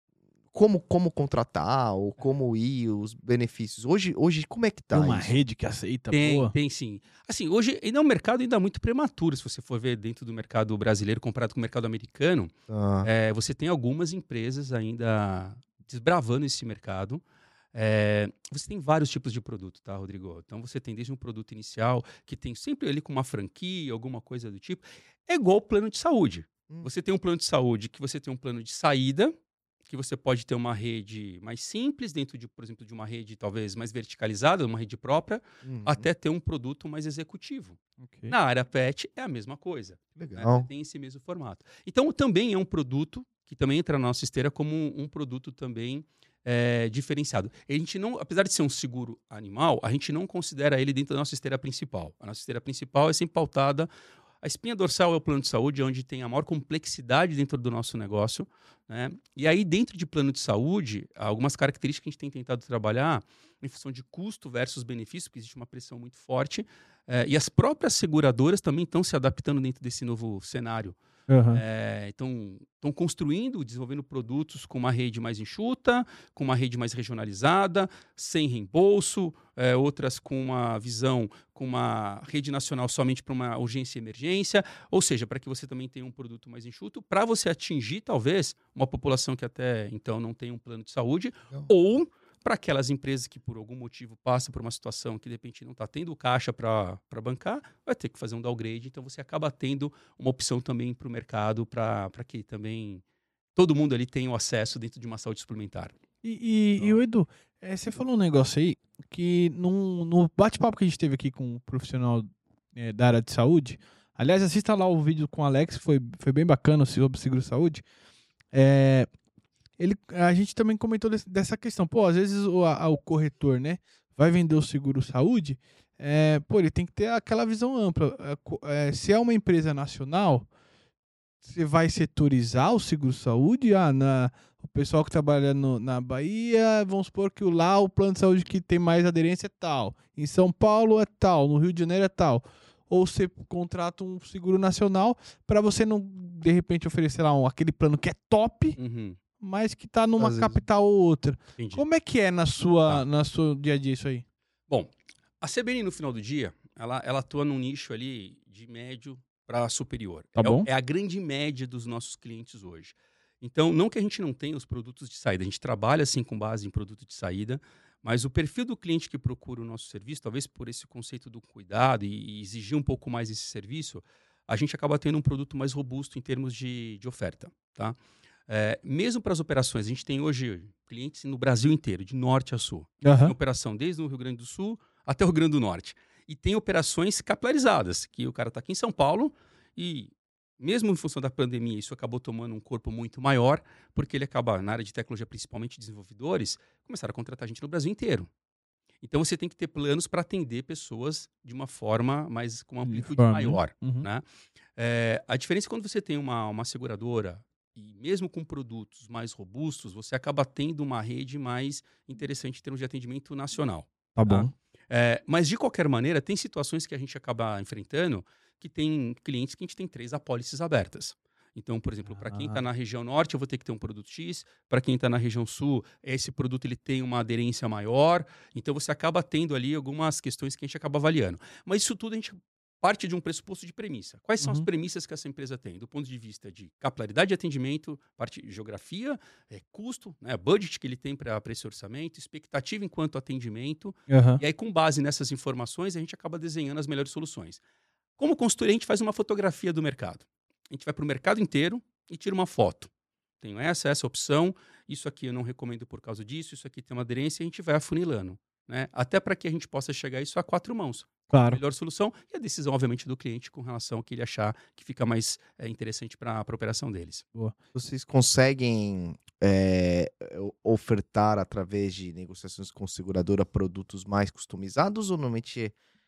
como, como contratar ou como ir, os benefícios. Hoje, hoje como é que tá Tem uma isso? rede que aceita, Tem, boa. tem sim. Assim, hoje ainda é um mercado ainda muito prematuro, se você for ver dentro do mercado brasileiro comparado com o mercado americano. Ah, É, você tem algumas empresas ainda desbravando esse mercado. É, você tem vários tipos de produto, tá, Rodrigo? Então você tem desde um produto inicial, que tem sempre ali com uma franquia, alguma coisa do tipo. É igual o plano de saúde. Hum. Você tem um plano de saúde que você tem um plano de saída, que você pode ter uma rede mais simples, dentro de, por exemplo, de uma rede talvez mais verticalizada, uma rede própria, uhum, até ter um produto mais executivo. Ok. Na área pet é a mesma coisa. Né? legal. Você tem esse mesmo formato. Então, também é um produto que também entra na nossa esteira como um, um produto também é, diferenciado. A gente não, apesar de ser um seguro animal, a gente não considera ele dentro da nossa esteira principal. A nossa esteira principal é sempre pautada. A espinha dorsal é o plano de saúde, onde tem a maior complexidade dentro do nosso negócio. Né? E aí, dentro de plano de saúde, algumas características que a gente tem tentado trabalhar em função de custo versus benefício, porque existe uma pressão muito forte. É, e as próprias seguradoras também estão se adaptando dentro desse novo cenário. Uhum. É, então, estão construindo, desenvolvendo produtos com uma rede mais enxuta, com uma rede mais regionalizada, sem reembolso, é, outras com uma visão, com uma rede nacional somente para uma urgência e emergência, ou seja, para que você também tenha um produto mais enxuto, para você atingir, talvez, uma população que até então não tem um plano de saúde, Legal. ou para aquelas empresas que, por algum motivo, passam por uma situação que, de repente, não está tendo caixa para bancar, vai ter que fazer um downgrade. Então, você acaba tendo uma opção também para o mercado, para que também todo mundo ali tenha o acesso dentro de uma saúde suplementar. E, e, e o Edu, é, você falou um negócio aí que num, no bate-papo que a gente teve aqui com um profissional é, da área de saúde, aliás, assista lá o vídeo com o Alex, foi, foi bem bacana sobre seguro-saúde. É, ele, a gente também comentou desse, dessa questão. Pô, às vezes o, a, o corretor, né, vai vender o seguro-saúde, é, pô, ele tem que ter aquela visão ampla. É, se é uma empresa nacional, você vai setorizar o seguro-saúde? Ah, na, o pessoal que trabalha no, na Bahia, vamos supor que lá o plano de saúde que tem mais aderência é tal. Em São Paulo é tal, no Rio de Janeiro é tal. Ou você contrata um seguro nacional para você não, de repente, oferecer lá um, aquele plano que é top, Uhum, mas que está numa Às vezes. capital ou outra. entendi. Como é que é na sua, Tá. na sua dia a dia isso aí? Bom, a C B N, no final do dia, ela, ela atua num nicho ali de médio para superior. Tá é, bom. é a grande média dos nossos clientes hoje. Então, não que a gente não tenha os produtos de saída, a gente trabalha sim com base em produto de saída, mas o perfil do cliente que procura o nosso serviço, talvez por esse conceito do cuidado e, e exigir um pouco mais esse serviço, a gente acaba tendo um produto mais robusto em termos de, de oferta. Tá? É, mesmo para as operações, a gente tem hoje clientes no Brasil inteiro, de norte a sul. Uhum. Tem operação desde o Rio Grande do Sul até o Rio Grande do Norte. E tem operações capilarizadas, que o cara está aqui em São Paulo e, mesmo em função da pandemia, isso acabou tomando um corpo muito maior, porque ele acaba, na área de tecnologia, principalmente desenvolvedores, começaram a contratar gente no Brasil inteiro. Então, você tem que ter planos para atender pessoas de uma forma mais, com uma amplitude Uniforme, maior. uhum. Né? É, a diferença é quando você tem uma, uma seguradora, e mesmo com produtos mais robustos, você acaba tendo uma rede mais interessante em termos de atendimento nacional. Tá bom. É, mas, de qualquer maneira, tem situações que a gente acaba enfrentando que tem clientes que a gente tem três apólices abertas. Então, por exemplo, para quem está Ah. na região norte, eu vou ter que ter um produto X. Para quem está na região sul, esse produto ele tem uma aderência maior. Então, você acaba tendo ali algumas questões que a gente acaba avaliando. Mas isso tudo a gente parte de um pressuposto de premissa. Quais são Uhum. as premissas que essa empresa tem? Do ponto de vista de capilaridade de atendimento, parte de geografia, é, custo, né, budget que ele tem para esse orçamento, expectativa enquanto atendimento. Uhum. E aí, com base nessas informações, a gente acaba desenhando as melhores soluções. Como consultoria, a gente faz uma fotografia do mercado. A gente vai para o mercado inteiro e tira uma foto. Tenho essa, essa opção, isso aqui eu não recomendo por causa disso, isso aqui tem uma aderência, e a gente vai afunilando. Né? Até para que a gente possa chegar a isso a quatro mãos. Claro. A melhor solução e a decisão, obviamente, do cliente com relação ao que ele achar que fica mais é, interessante para a operação deles. Boa. Vocês conseguem é, ofertar, através de negociações com seguradora, produtos mais customizados ou normalmente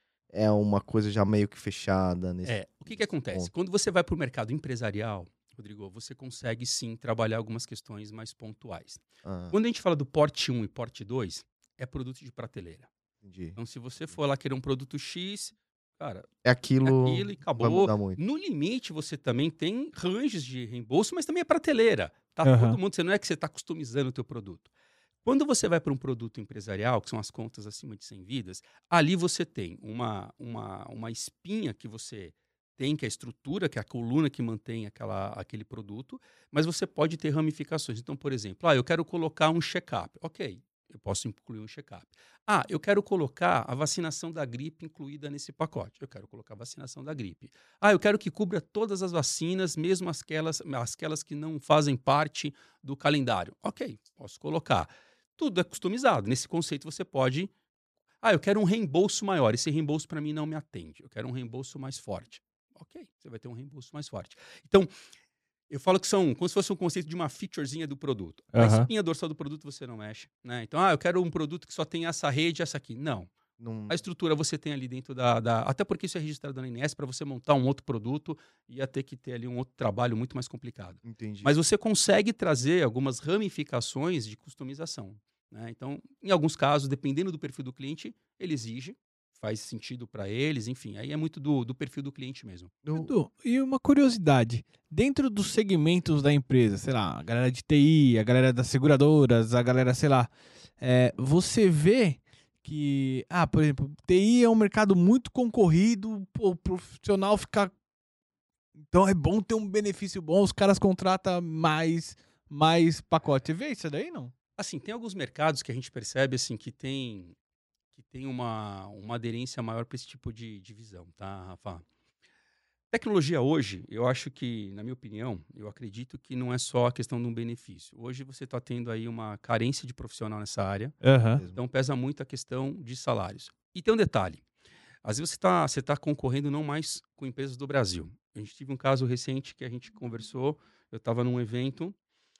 é uma coisa já meio que fechada? Nesse É, o que, que acontece? ponto? Quando você vai para o mercado empresarial, Rodrigo, você consegue sim trabalhar algumas questões mais pontuais. Ah, Quando a gente fala do porte um e porte dois, é produto de prateleira. entendi. Então, se você for lá querer um produto X, cara, É aquilo, é aquilo e vai acabou. mudar muito. No limite, você também tem ranges de reembolso, mas também é prateleira. Tá Aham. todo mundo, você não é que você está customizando o teu produto. Quando você vai para um produto empresarial, que são as contas acima de cem vidas, ali você tem uma, uma, uma espinha que você tem, que é a estrutura, que é a coluna que mantém aquela, aquele produto, mas você pode ter ramificações. Então, por exemplo, ah, eu quero colocar um check-up. Ok, eu posso incluir um check-up. Ah, eu quero colocar a vacinação da gripe incluída nesse pacote. Eu quero colocar a vacinação da gripe. Ah, eu quero que cubra todas as vacinas, mesmo aquelas, aquelas que não fazem parte do calendário. Ok, posso colocar. Tudo é customizado. Nesse conceito você pode... Ah, eu quero um reembolso maior. Esse reembolso para mim não me atende. Eu quero um reembolso mais forte. Ok, você vai ter um reembolso mais forte. Então, eu falo que são como se fosse um conceito de uma featurezinha do produto. A Aham. espinha dorsal do produto você não mexe. Né? Então, ah, eu quero um produto que só tem essa rede e essa aqui. Não. Não, A estrutura você tem ali dentro da... da até porque isso é registrado na A N S, para você montar um outro produto, ia ter que ter ali um outro trabalho muito mais complicado. entendi. Mas você consegue trazer algumas ramificações de customização. Né? Então, em alguns casos, dependendo do perfil do cliente, ele exige, faz sentido para eles, enfim, aí é muito do, do perfil do cliente mesmo. Eu- Edu, e uma curiosidade, dentro dos segmentos da empresa, sei lá, a galera de T I, a galera das seguradoras, a galera, sei lá, é, você vê que, ah, por exemplo, T I é um mercado muito concorrido, pô, o profissional fica... Então é bom ter um benefício bom, os caras contratam mais, mais pacote. Você vê isso daí, não? Assim, tem alguns mercados que a gente percebe assim, que tem, que tem uma, uma aderência maior para esse tipo de, de visão, tá, Rafa? Tecnologia hoje, eu acho que, na minha opinião, eu acredito que não é só a questão de um benefício. Hoje você está tendo aí uma carência de profissional nessa área, Aham. mesmo. então pesa muito a questão de salários. E tem um detalhe, às vezes você está você tá concorrendo não mais com empresas do Brasil. A gente teve um caso recente que a gente conversou, eu estava num evento,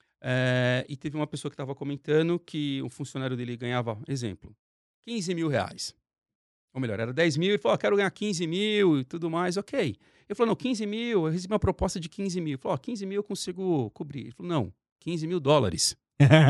é, e teve uma pessoa que estava comentando que o funcionário dele ganhava, exemplo, quinze mil reais. Ou melhor, era dez mil, ele falou, oh, quero ganhar quinze mil e tudo mais, ok. Ele falou, não, quinze mil, eu recebi uma proposta de quinze mil. Ele falou, oh, quinze mil eu consigo cobrir. Ele falou, não, quinze mil dólares.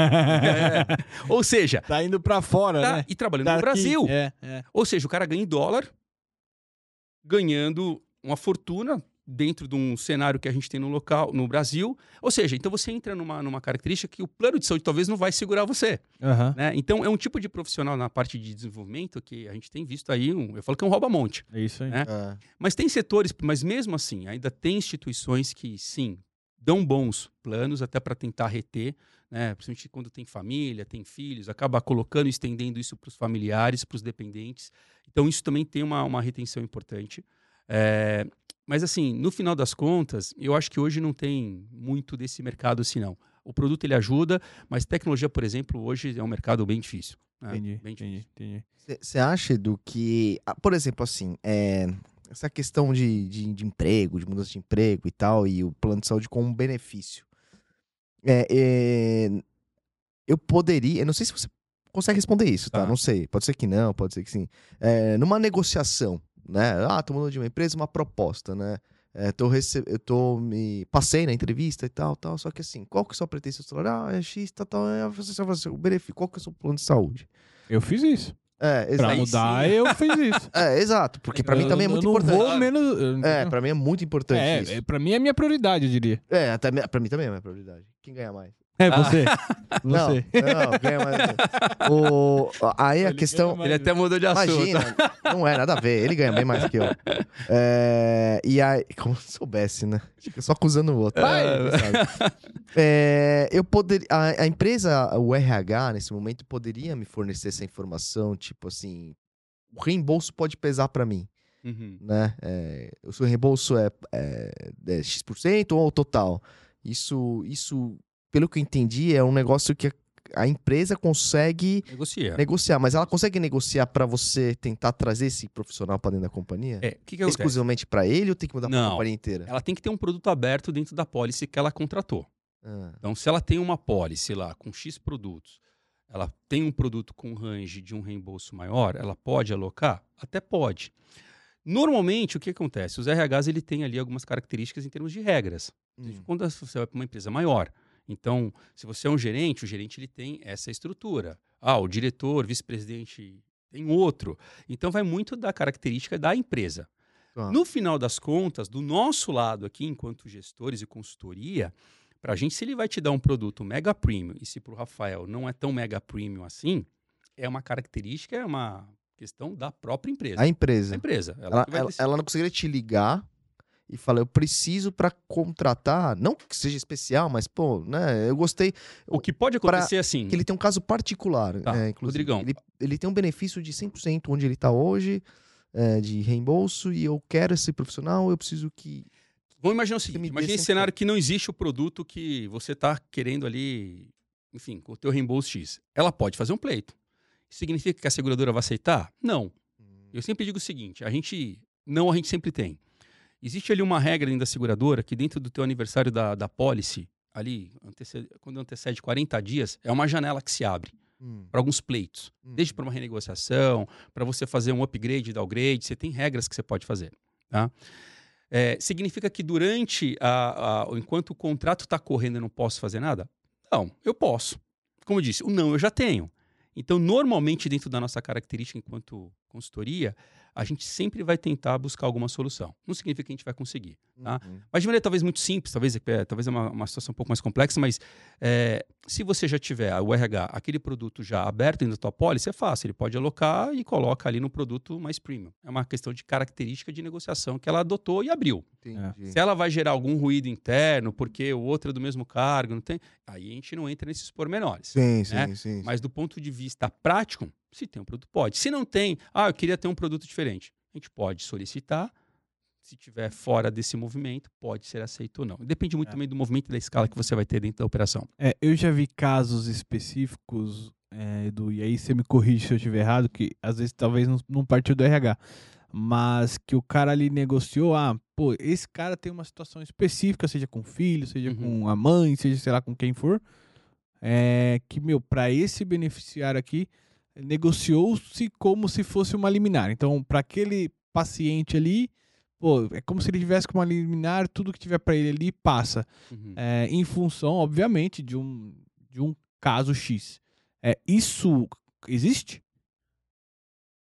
É. Ou seja, Tá indo pra fora, tá, né? e trabalhando Tá no aqui. Brasil. É, é. Ou seja, o cara ganha em dólar, ganhando uma fortuna, dentro de um cenário que a gente tem no local, no Brasil. Ou seja, então você entra numa, numa característica que o plano de saúde talvez não vai segurar você. Aham. Né? Então é um tipo de profissional na parte de desenvolvimento que a gente tem visto aí, um, eu falo que é um rouba-monte. É isso aí. Né? É. Mas tem setores, mas mesmo assim, ainda tem instituições que, sim, dão bons planos até para tentar reter, né? Principalmente quando tem família, tem filhos, acaba colocando e estendendo isso para os familiares, para os dependentes. Então isso também tem uma, uma retenção importante. É, mas assim, no final das contas, eu acho que hoje não tem muito desse mercado assim, não. O produto ele ajuda, mas tecnologia, por exemplo, hoje é um mercado bem difícil. Né? Entendi, Bem entendi, difícil. entendi. Você acha, Edu, que, ah, por exemplo, assim, é, essa questão de, de, de emprego, de mudança de emprego e tal, e o plano de saúde como um benefício. É, é, eu poderia, eu não sei se você consegue responder isso, tá? Tá. Não sei, pode ser que não, pode ser que sim. É, numa negociação, né? Ah, tô mudando de uma empresa, uma proposta, né? É, tô rece... Eu tô me... Passei na entrevista e tal, tal, só que assim, qual que é a sua pretensão salarial? Ah, é X, tal, tal, é você só fazer o benefício, qual que é o seu plano de saúde? Eu fiz isso. É, Pra exato. Aí mudar, sim. eu fiz isso. É, exato, porque pra mim Eu- também é eu muito não importante. Vou menos, eu- É, pra mim é muito importante é, isso. é, pra mim é a minha prioridade, eu diria. É, até me- pra mim também é a minha prioridade. Quem ganha mais? É, Ah. você. Não, Você. não, ganha mais. O... Aí a Ele questão... ganha mais. Ele até mudou de assunto. Imagina, não é nada a ver, ele ganha bem mais que eu. É, e aí, como se soubesse, né? Fica só acusando o outro. Vai. Ele sabe. É, eu poderia, a, a empresa, o R H, nesse momento, poderia me fornecer essa informação, tipo assim, o reembolso pode pesar pra mim, Uhum. né? É, o seu reembolso é, é, é X% ou o total? Isso, isso, pelo que eu entendi, é um negócio que a, a empresa consegue Negocia. negociar, mas ela consegue negociar pra você tentar trazer esse profissional pra dentro da companhia? É, o que, que acontece? Exclusivamente pra ele ou tem que mudar pra Não. companhia inteira? Ela tem que ter um produto aberto dentro da pólice que ela contratou. Ah, Então, se ela tem uma pólice lá com X produtos, ela tem um produto com range de um reembolso maior, ela pode alocar? Até pode. Normalmente, o que acontece? Os R Hs ele tem ali algumas características em termos de regras. hum, Quando você vai para uma empresa maior, então, se você é um gerente, o gerente ele tem essa estrutura. Ah, o diretor, vice-presidente tem outro. Então, vai muito da característica da empresa. tá. No final das contas, do nosso lado aqui, enquanto gestores e consultoria, para a gente, se ele vai te dar um produto mega premium e se para o Rafael não é tão mega premium assim, é uma característica, é uma questão da própria empresa. A empresa. A empresa. Ela, Ela, que vai ela, decidir. ela não conseguiria te ligar e falar, eu preciso pra contratar, não que seja especial, mas, pô, né, eu gostei. O que pode acontecer é assim. Que ele tem um caso particular, Tá, é, inclusive. Rodrigão. Ele, ele tem um benefício de cem por cento onde ele tá hoje, é, de reembolso, e eu quero esse profissional, eu preciso que... Vamos imaginar o me seguinte: dê imagine esse cem por cento. cenário que não existe o produto que você está querendo ali, enfim, com o teu reembolso X. Ela pode fazer um pleito. Significa que a seguradora vai aceitar? Não. Eu sempre digo o seguinte: a gente. Não, a gente sempre tem. Existe ali uma regra dentro da seguradora que dentro do teu aniversário da, da policy, ali, antecede, quando antecede quarenta dias, é uma janela que se abre Hum, para alguns pleitos. hum. Desde para uma renegociação, para você fazer um upgrade, downgrade, você tem regras que você pode fazer. Tá? É, significa que durante, a, a, enquanto o contrato está correndo eu não posso fazer nada? Não, eu posso. Como eu disse, o não eu já tenho. Então, normalmente, dentro da nossa característica enquanto consultoria, a gente sempre vai tentar buscar alguma solução. Não significa que a gente vai conseguir. Tá? Uhum. Mas de maneira talvez muito simples, talvez é, talvez é uma, uma situação um pouco mais complexa, mas é, se você já tiver o R H, aquele produto já aberto dentro da tua pólice, é fácil. Ele pode alocar e coloca ali no produto mais premium. É uma questão de característica de negociação que ela adotou e abriu. Entendi. Se ela vai gerar algum ruído interno, porque o outro é do mesmo cargo, não tem, aí a gente não entra nesses pormenores. Sim, sim, né? sim. Mas do ponto de vista prático, se tem um produto, pode. Se não tem, ah, eu queria ter um produto diferente. A gente pode solicitar. Se tiver fora desse movimento, pode ser aceito ou não. Depende muito É. também do movimento e da escala que você vai ter dentro da operação. É, eu já vi casos específicos, é, Edu, e aí você me corrige se eu estiver errado, que às vezes talvez não, não partiu do R H, mas que o cara ali negociou, ah, pô, esse cara tem uma situação específica, seja com o filho, seja Uhum. com a mãe, seja sei lá com quem for, é, que, meu, para esse beneficiário aqui, negociou-se como se fosse uma liminar. Então, para aquele paciente ali, pô, é como se ele tivesse com uma liminar, tudo que tiver para ele ali passa. Uhum. É, em função, obviamente, de um, de um caso X. É, isso existe?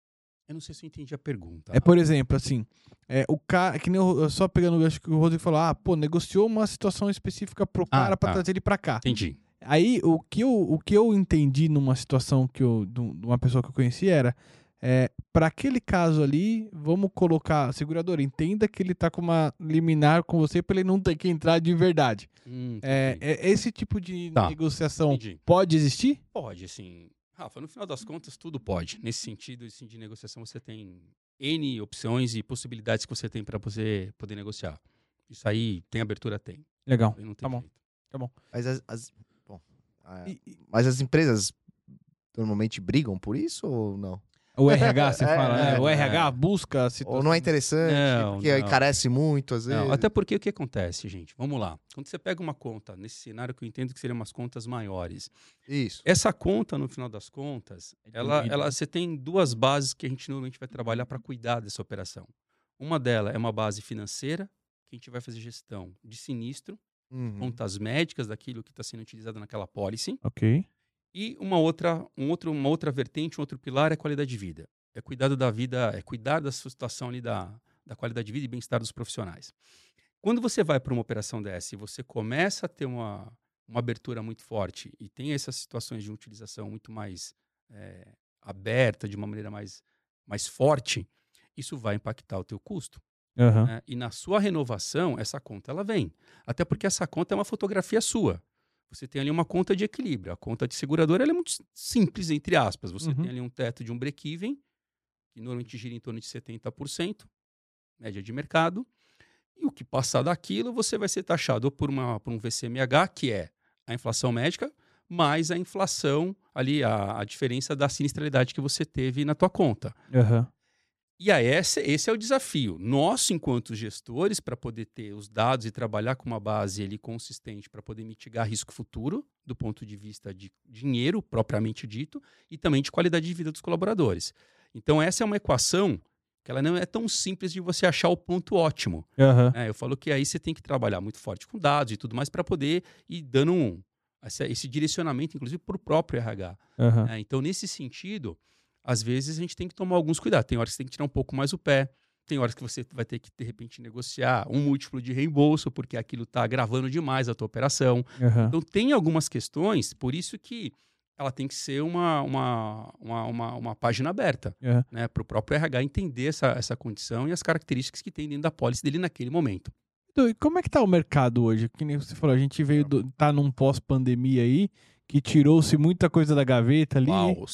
Eu não sei se eu entendi a pergunta. É, por exemplo, assim, é, o cara, que nem eu, só pegando o gancho que o Rodrigo falou, ah, pô, negociou uma situação específica pro Ah, cara pra tá. trazer ele pra cá. Entendi. Aí, o que eu, o que eu entendi numa situação que eu, de uma pessoa que eu conheci era, é, para aquele caso ali, vamos colocar, segurador, entenda que ele tá com uma liminar com você pra ele não ter que entrar de verdade. Hum, É, entendi. é- esse tipo de Tá, negociação entendi. pode existir? Pode, assim. Rafa, no final das contas, tudo pode. Nesse sentido assim, de negociação, você tem N opções e possibilidades que você tem para você poder negociar. Isso aí tem abertura, tem. Legal, Aí não tem tá bom. jeito. Mas as, as- bom, a- E- e- mas as empresas normalmente brigam por isso ou não? O R H, você É, fala, né? é, O R H é. busca a situação. Ou não é interessante, Não, porque não. encarece muito, às vezes. Não, até porque o que acontece, gente? Vamos lá. Quando você pega uma conta, nesse cenário que eu entendo que seriam umas contas maiores, Isso. essa conta, no final das contas, ela, diluída. ela, você tem duas bases que a gente normalmente vai trabalhar para cuidar dessa operação. Uma delas é uma base financeira, que a gente vai fazer gestão de sinistro, Uhum. contas médicas daquilo que está sendo utilizado naquela policy. Ok. E uma outra, um outro, uma outra vertente, um outro pilar é qualidade de vida. É cuidado da vida, é cuidar da situação ali da, da qualidade de vida e bem-estar dos profissionais. Quando você vai para uma operação dessa e você começa a ter uma, uma abertura muito forte e tem essas situações de utilização muito mais é, aberta, de uma maneira mais, mais forte, isso vai impactar o teu custo. Aham. Né? E na sua renovação, essa conta ela vem. Até porque essa conta é uma fotografia sua. Você tem ali uma conta de equilíbrio. A conta de seguradora ela é muito simples, entre aspas. Você Uhum. tem ali um teto de um break-even, que normalmente gira em torno de setenta por cento, média de mercado. E o que passar daquilo, você vai ser taxado por, uma, por um V C M H, que é a inflação médica, mais a inflação ali, a, a diferença da sinistralidade que você teve na tua conta. Aham. E aí, esse, esse é o desafio. Nós, enquanto gestores, para poder ter os dados e trabalhar com uma base ali consistente para poder mitigar risco futuro, do ponto de vista de dinheiro, propriamente dito, e também de qualidade de vida dos colaboradores. Então, essa é uma equação que ela não é tão simples de você achar o ponto ótimo. Aham. É, eu falo que aí você tem que trabalhar muito forte com dados e tudo mais para poder ir dando um, esse, esse direcionamento, inclusive, para o próprio R H. Aham. É, então, nesse sentido, às vezes a gente tem que tomar alguns cuidados. Tem horas que você tem que tirar um pouco mais o pé. Tem horas que você vai ter que, de repente, negociar um múltiplo de reembolso, porque aquilo está agravando demais a tua operação. Aham. Então, tem algumas questões, por isso que ela tem que ser uma, uma, uma, uma, uma página aberta, Aham. né, para o próprio R H entender essa, essa condição e as características que tem dentro da pólice dele naquele momento. Então, e como é que tá o mercado hoje? Que nem você falou, a gente veio do, tá num pós-pandemia aí, que tirou-se muita coisa da gaveta ali. Uau!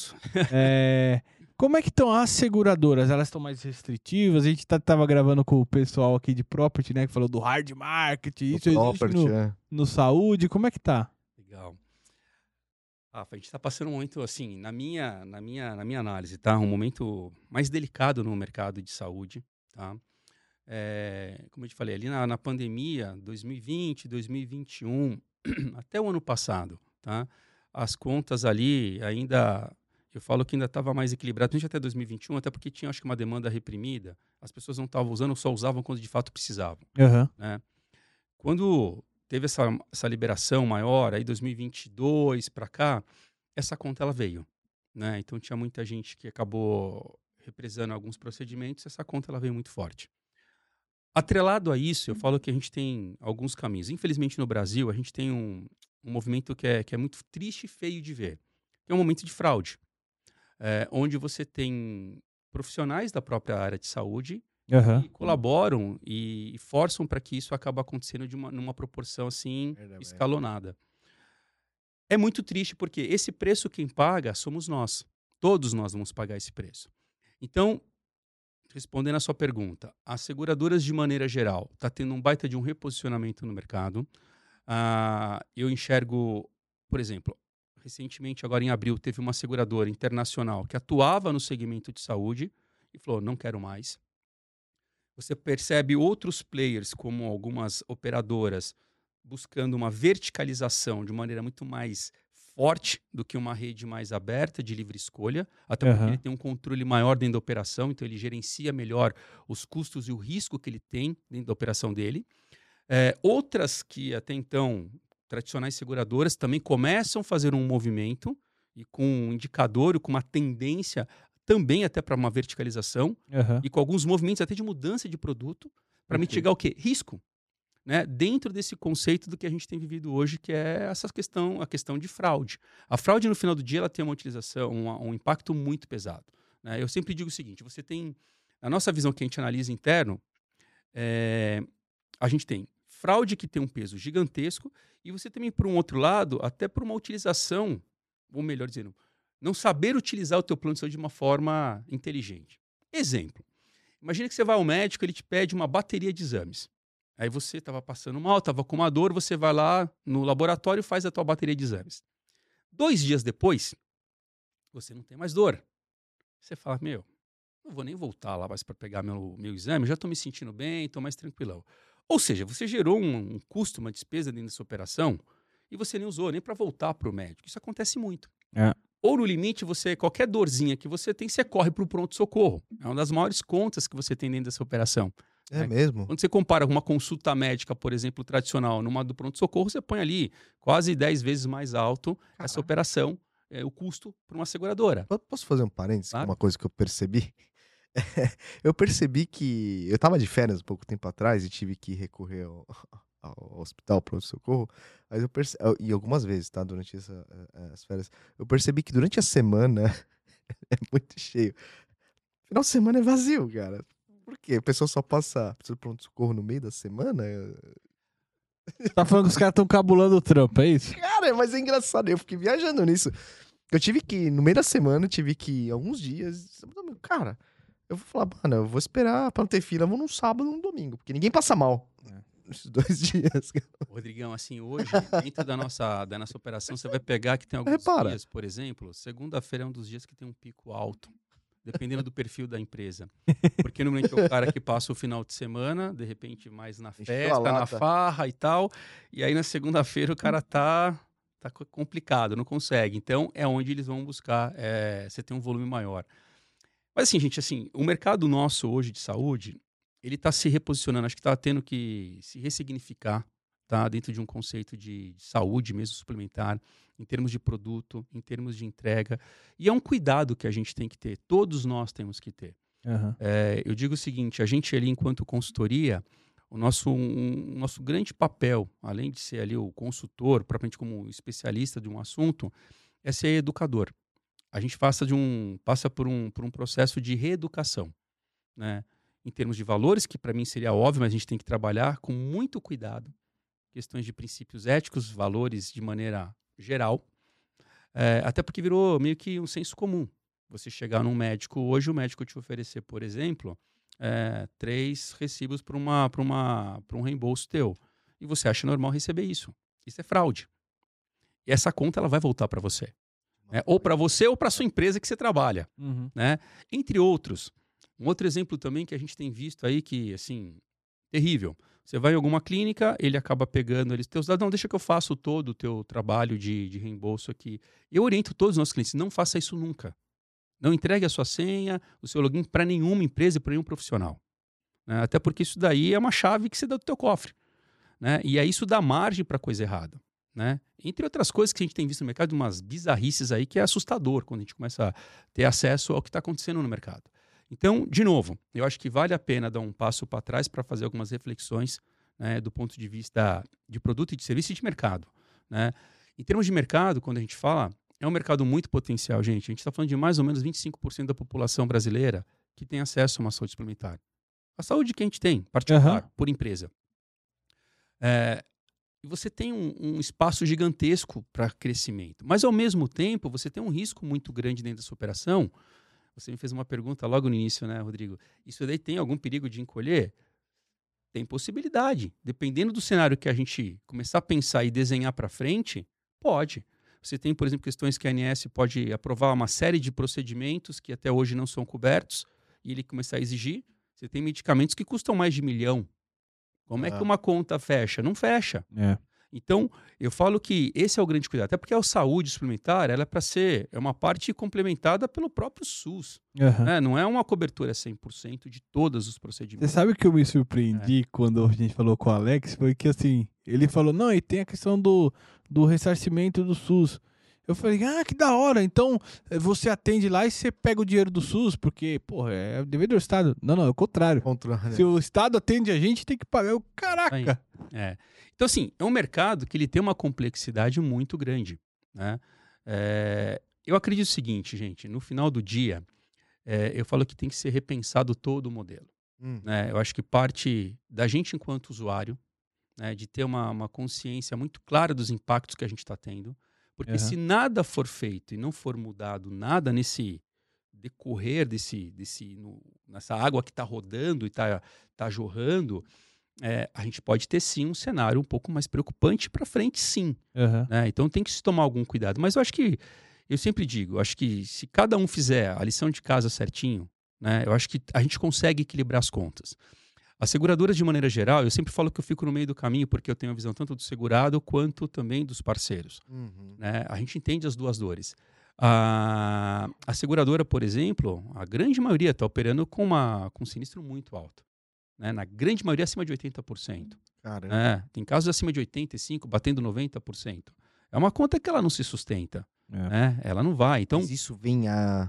É, como é que estão as seguradoras? Elas estão mais restritivas? A gente tá, tava gravando com o pessoal aqui de property, né? Que falou do hard market, isso O existe property, no, é. no saúde. Como é que tá? Legal. Rafa, a gente está passando um momento, assim, na minha, na, minha, na minha análise, tá? Um momento mais delicado no mercado de saúde, tá? É, como eu te falei, ali na, na pandemia, dois mil e vinte, dois mil e vinte e um, até o ano passado, tá? As contas ali ainda, eu falo que ainda estava mais equilibrado, principalmente até dois mil e vinte e um, até porque tinha, acho que, uma demanda reprimida, as pessoas não estavam usando, só usavam quando de fato precisavam, Aham. né? Quando teve essa, essa liberação maior, aí dois mil e vinte e dois para cá, essa conta ela veio, né? Então tinha muita gente que acabou represando alguns procedimentos, essa conta ela veio muito forte. Atrelado a isso, eu falo que a gente tem alguns caminhos. Infelizmente no Brasil, a gente tem um, um movimento que é, que é muito triste e feio de ver, que é um momento de fraude, é, onde você tem profissionais da própria área de saúde Aham. que colaboram e, e forçam para que isso acabe acontecendo de uma, numa proporção assim Verdade. escalonada. É muito triste porque esse preço quem paga somos nós. Todos nós vamos pagar esse preço. Então, respondendo a sua pergunta, as seguradoras de maneira geral está tendo um baita de um reposicionamento no mercado. Ah, eu enxergo, por exemplo, recentemente, agora em abril, teve uma seguradora internacional que atuava no segmento de saúde e falou, não quero mais. Você percebe outros players, como algumas operadoras, buscando uma verticalização de maneira muito mais forte do que uma rede mais aberta de livre escolha, até porque Aham. ele tem um controle maior dentro da operação, então ele gerencia melhor os custos e o risco que ele tem dentro da operação dele. É, outras que até então, tradicionais seguradoras, também começam a fazer um movimento e com um indicador, com uma tendência também até para uma verticalização Aham. e com alguns movimentos até de mudança de produto para Perfeito. mitigar o quê? Risco. Né? Dentro desse conceito do que a gente tem vivido hoje, que é essa questão, a questão de fraude. A fraude, no final do dia, ela tem uma utilização, um, um impacto muito pesado. Né? Eu sempre digo o seguinte, você tem, na nossa visão que a gente analisa interno, é, a gente tem fraude que tem um peso gigantesco e você também, por um outro lado, até por uma utilização, ou melhor dizendo, não saber utilizar o teu plano de saúde de uma forma inteligente. Exemplo, imagina que você vai ao médico, ele te pede uma bateria de exames. Aí você estava passando mal, estava com uma dor, você vai lá no laboratório e faz a tua bateria de exames. Dois dias depois, você não tem mais dor. Você fala, meu, não vou nem voltar lá mais para pegar meu, meu exame, já estou me sentindo bem, estou mais tranquilão. Ou seja, você gerou um, um custo, uma despesa dentro dessa operação e você nem usou nem para voltar para o médico. Isso acontece muito. É. Ou no limite, você qualquer dorzinha que você tem, você corre para o pronto-socorro. É uma das maiores contas que você tem dentro dessa operação. É É. mesmo? Quando você compara uma consulta médica, por exemplo, tradicional, numa do pronto-socorro, você põe ali quase dez vezes mais alto essa Caraca. operação, é, o custo para uma seguradora. Po- Posso fazer um parênteses com Claro. uma coisa que eu percebi? Eu percebi que eu tava de férias um pouco tempo atrás e tive que recorrer ao, ao hospital pronto-socorro. Mas eu perce... E algumas vezes, tá? Durante essa, eh, as férias. Eu percebi que durante a semana é muito cheio. Final de semana é vazio, cara. Por quê? A pessoa só passa precisa de pronto-socorro no meio da semana? Tá falando que os caras estão cabulando o trampo, é isso? Cara, mas é engraçado. Eu fiquei viajando nisso. Eu tive que, no meio da semana, eu tive que ir alguns dias. Cara, eu vou falar, mano, eu vou esperar pra não ter fila, eu vou num sábado ou num domingo, porque ninguém passa mal É. nesses dois dias. Rodrigão, assim, hoje, dentro da nossa, da nossa operação, você vai pegar que tem alguns Repara. dias, por exemplo, segunda-feira é um dos dias que tem um pico alto, dependendo do perfil da empresa. Porque normalmente é o cara que passa o final de semana, de repente mais na Encheu a festa, na lata. farra e tal, e aí na segunda-feira o cara tá, tá co- complicado, não consegue. Então, é onde eles vão buscar, é, você tem um volume maior. Mas assim, gente, assim, o mercado nosso hoje de saúde, ele está se reposicionando, acho que está tendo que se ressignificar, tá? Dentro de um conceito de, de saúde mesmo suplementar, em termos de produto, em termos de entrega. E é um cuidado que a gente tem que ter, todos nós temos que ter. Aham. É, eu digo o seguinte, a gente ali enquanto consultoria, o nosso, um, o nosso grande papel, além de ser ali o consultor, propriamente como especialista de um assunto, é ser educador. A gente passa, de um, passa por, um, por um processo de reeducação, né? Em termos de valores, que para mim seria óbvio, mas a gente tem que trabalhar com muito cuidado. Questões de princípios éticos, valores de maneira geral. É, até porque virou meio que um senso comum. Você chegar num médico hoje, o médico te oferecer, por exemplo, é, três recibos para uma, para uma, para um reembolso teu. E você acha normal receber isso. Isso é fraude. E essa conta ela vai voltar para você. Né? Ou para você ou para sua empresa que você trabalha. Uhum. Né? Entre outros. Um outro exemplo também que a gente tem visto aí que, assim, terrível. Você vai em alguma clínica, ele acaba pegando eles, teus dados, não, deixa que eu faço todo o teu trabalho de, de reembolso aqui. Eu oriento todos os nossos clientes, não faça isso nunca. Não entregue a sua senha, o seu login para nenhuma empresa e para nenhum profissional. Né? Até porque isso daí é uma chave que você dá do teu cofre. Né? E aí isso dá margem para coisa errada. Né? Entre outras coisas que a gente tem visto no mercado, umas bizarrices aí que é assustador quando a gente começa a ter acesso ao que está acontecendo no mercado. Então, de novo, eu acho que vale a pena dar um passo para trás para fazer algumas reflexões, né, do ponto de vista de produto e de serviço e de mercado. Né? Em termos de mercado, quando a gente fala, é um mercado muito potencial, gente. A gente está falando de mais ou menos vinte e cinco por cento da população brasileira que tem acesso a uma saúde suplementar. A saúde que a gente tem, particular, Uhum. por empresa. É, e você tem um, um espaço gigantesco para crescimento. Mas, ao mesmo tempo, você tem um risco muito grande dentro da sua operação. Você me fez uma pergunta logo no início, né, Rodrigo? Isso daí tem algum perigo de encolher? Tem possibilidade. Dependendo do cenário que a gente começar a pensar e desenhar para frente, pode. Você tem, por exemplo, questões que a A N S pode aprovar uma série de procedimentos que até hoje não são cobertos e ele começar a exigir. Você tem medicamentos que custam mais de milhão. Como é Ah. que uma conta fecha? Não fecha. É. Então, eu falo que esse é o grande cuidado. Até porque a saúde suplementar, ela é para ser é uma parte complementada pelo próprio SUS. Aham. Né? Não é uma cobertura cem por cento de todos os Você procedimentos. sabe que eu me surpreendi quando a gente falou com o Alex? Foi que assim, ele falou, não, e tem a questão do, do ressarcimento do SUS. Eu falei, ah, que da hora. Então, você atende lá e você pega o dinheiro do SUS, porque, porra, é dever do Estado. Não, não, é o contrário. Contrário. Se o Estado atende a gente, tem que pagar. Eu, caraca! Aí. É. Então, assim, é um mercado que ele tem uma complexidade muito grande, né? É, eu acredito o seguinte, gente, no final do dia, é, eu falo que tem que ser repensado todo o modelo. Hum. Né? Eu acho que parte da gente enquanto usuário, né, de ter uma, uma consciência muito clara dos impactos que a gente está tendo, porque Uhum. se nada for feito e não for mudado nada nesse decorrer desse, desse no, nessa água que está rodando e está tá jorrando, é, a gente pode ter sim um cenário um pouco mais preocupante para frente, sim. Uhum. Né? Então tem que se tomar algum cuidado. Mas eu acho que, eu sempre digo, eu acho que se cada um fizer a lição de casa certinho, né, eu acho que a gente consegue equilibrar as contas. As seguradoras, de maneira geral, eu sempre falo que eu fico no meio do caminho porque eu tenho a visão tanto do segurado quanto também dos parceiros. Uhum. Né? A gente entende as duas dores. A, a seguradora, por exemplo, a grande maioria está operando com, uma, com um sinistro muito alto. Né? Na grande maioria, acima de oitenta por cento. Caramba. É, tem casos acima de oitenta e cinco por cento, batendo noventa por cento. É uma conta que ela não se sustenta. É. Né? Ela não vai. Então, Mas isso vem a...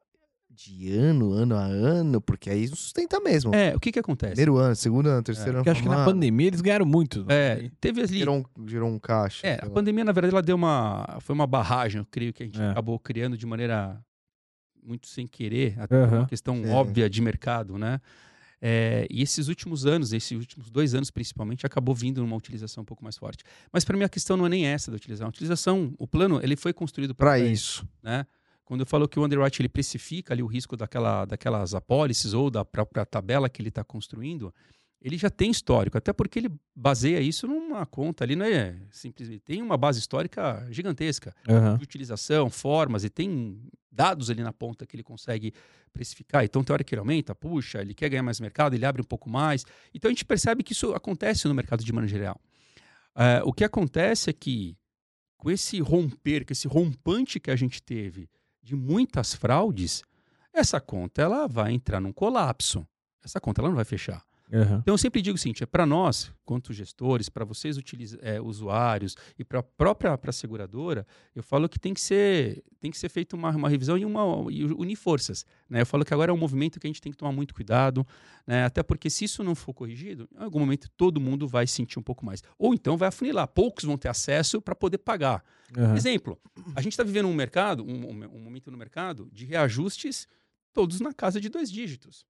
de ano, ano a ano, porque aí não sustenta mesmo. é, o que, que acontece? Primeiro ano, segundo ano, terceiro ano. Porque eu acho que na fala, pandemia eles ganharam muito. É, teve ali. Gerou um, gerou um caixa. É, sei a lá. pandemia, na verdade, ela deu uma. Foi uma barragem, eu creio que a gente É. acabou criando de maneira muito sem querer, até Aham. uma questão Sim. óbvia de mercado, né? É, e esses últimos anos, esses últimos dois anos principalmente, acabou vindo numa utilização um pouco mais forte. Mas para mim a questão não é nem essa da utilização. A utilização, o plano, ele foi construído Pra pra isso. né? Quando eu falo que o underwrite ele precifica ali o risco daquela, daquelas apólices ou da própria tabela que ele está construindo, ele já tem histórico, até porque ele baseia isso numa conta ali, não é simplesmente, tem uma base histórica gigantesca Aham. de utilização, formas, e tem dados ali na ponta que ele consegue precificar. Então, teoricamente, ele aumenta, puxa, ele quer ganhar mais mercado, ele abre um pouco mais. Então, a gente percebe que isso acontece no mercado de maneira geral. Eh, o que acontece é que, com esse romper, com esse rompante que a gente teve de muitas fraudes, essa conta ela vai entrar num colapso. Essa conta ela não vai fechar. Aham. Então eu sempre digo o seguinte, é para nós, quanto gestores, para vocês utiliza, é, usuários e para a própria pra seguradora, eu falo que tem que ser, tem que ser feita uma, uma revisão e, uma, e unir forças. Né? Eu falo que agora é um movimento que a gente tem que tomar muito cuidado, né? Até porque se isso não for corrigido, em algum momento todo mundo vai sentir um pouco mais. Ou então vai afunilar, poucos vão ter acesso para poder pagar. Aham. Exemplo, a gente está vivendo um mercado, um, um momento no mercado de reajustes todos na casa de dois dígitos.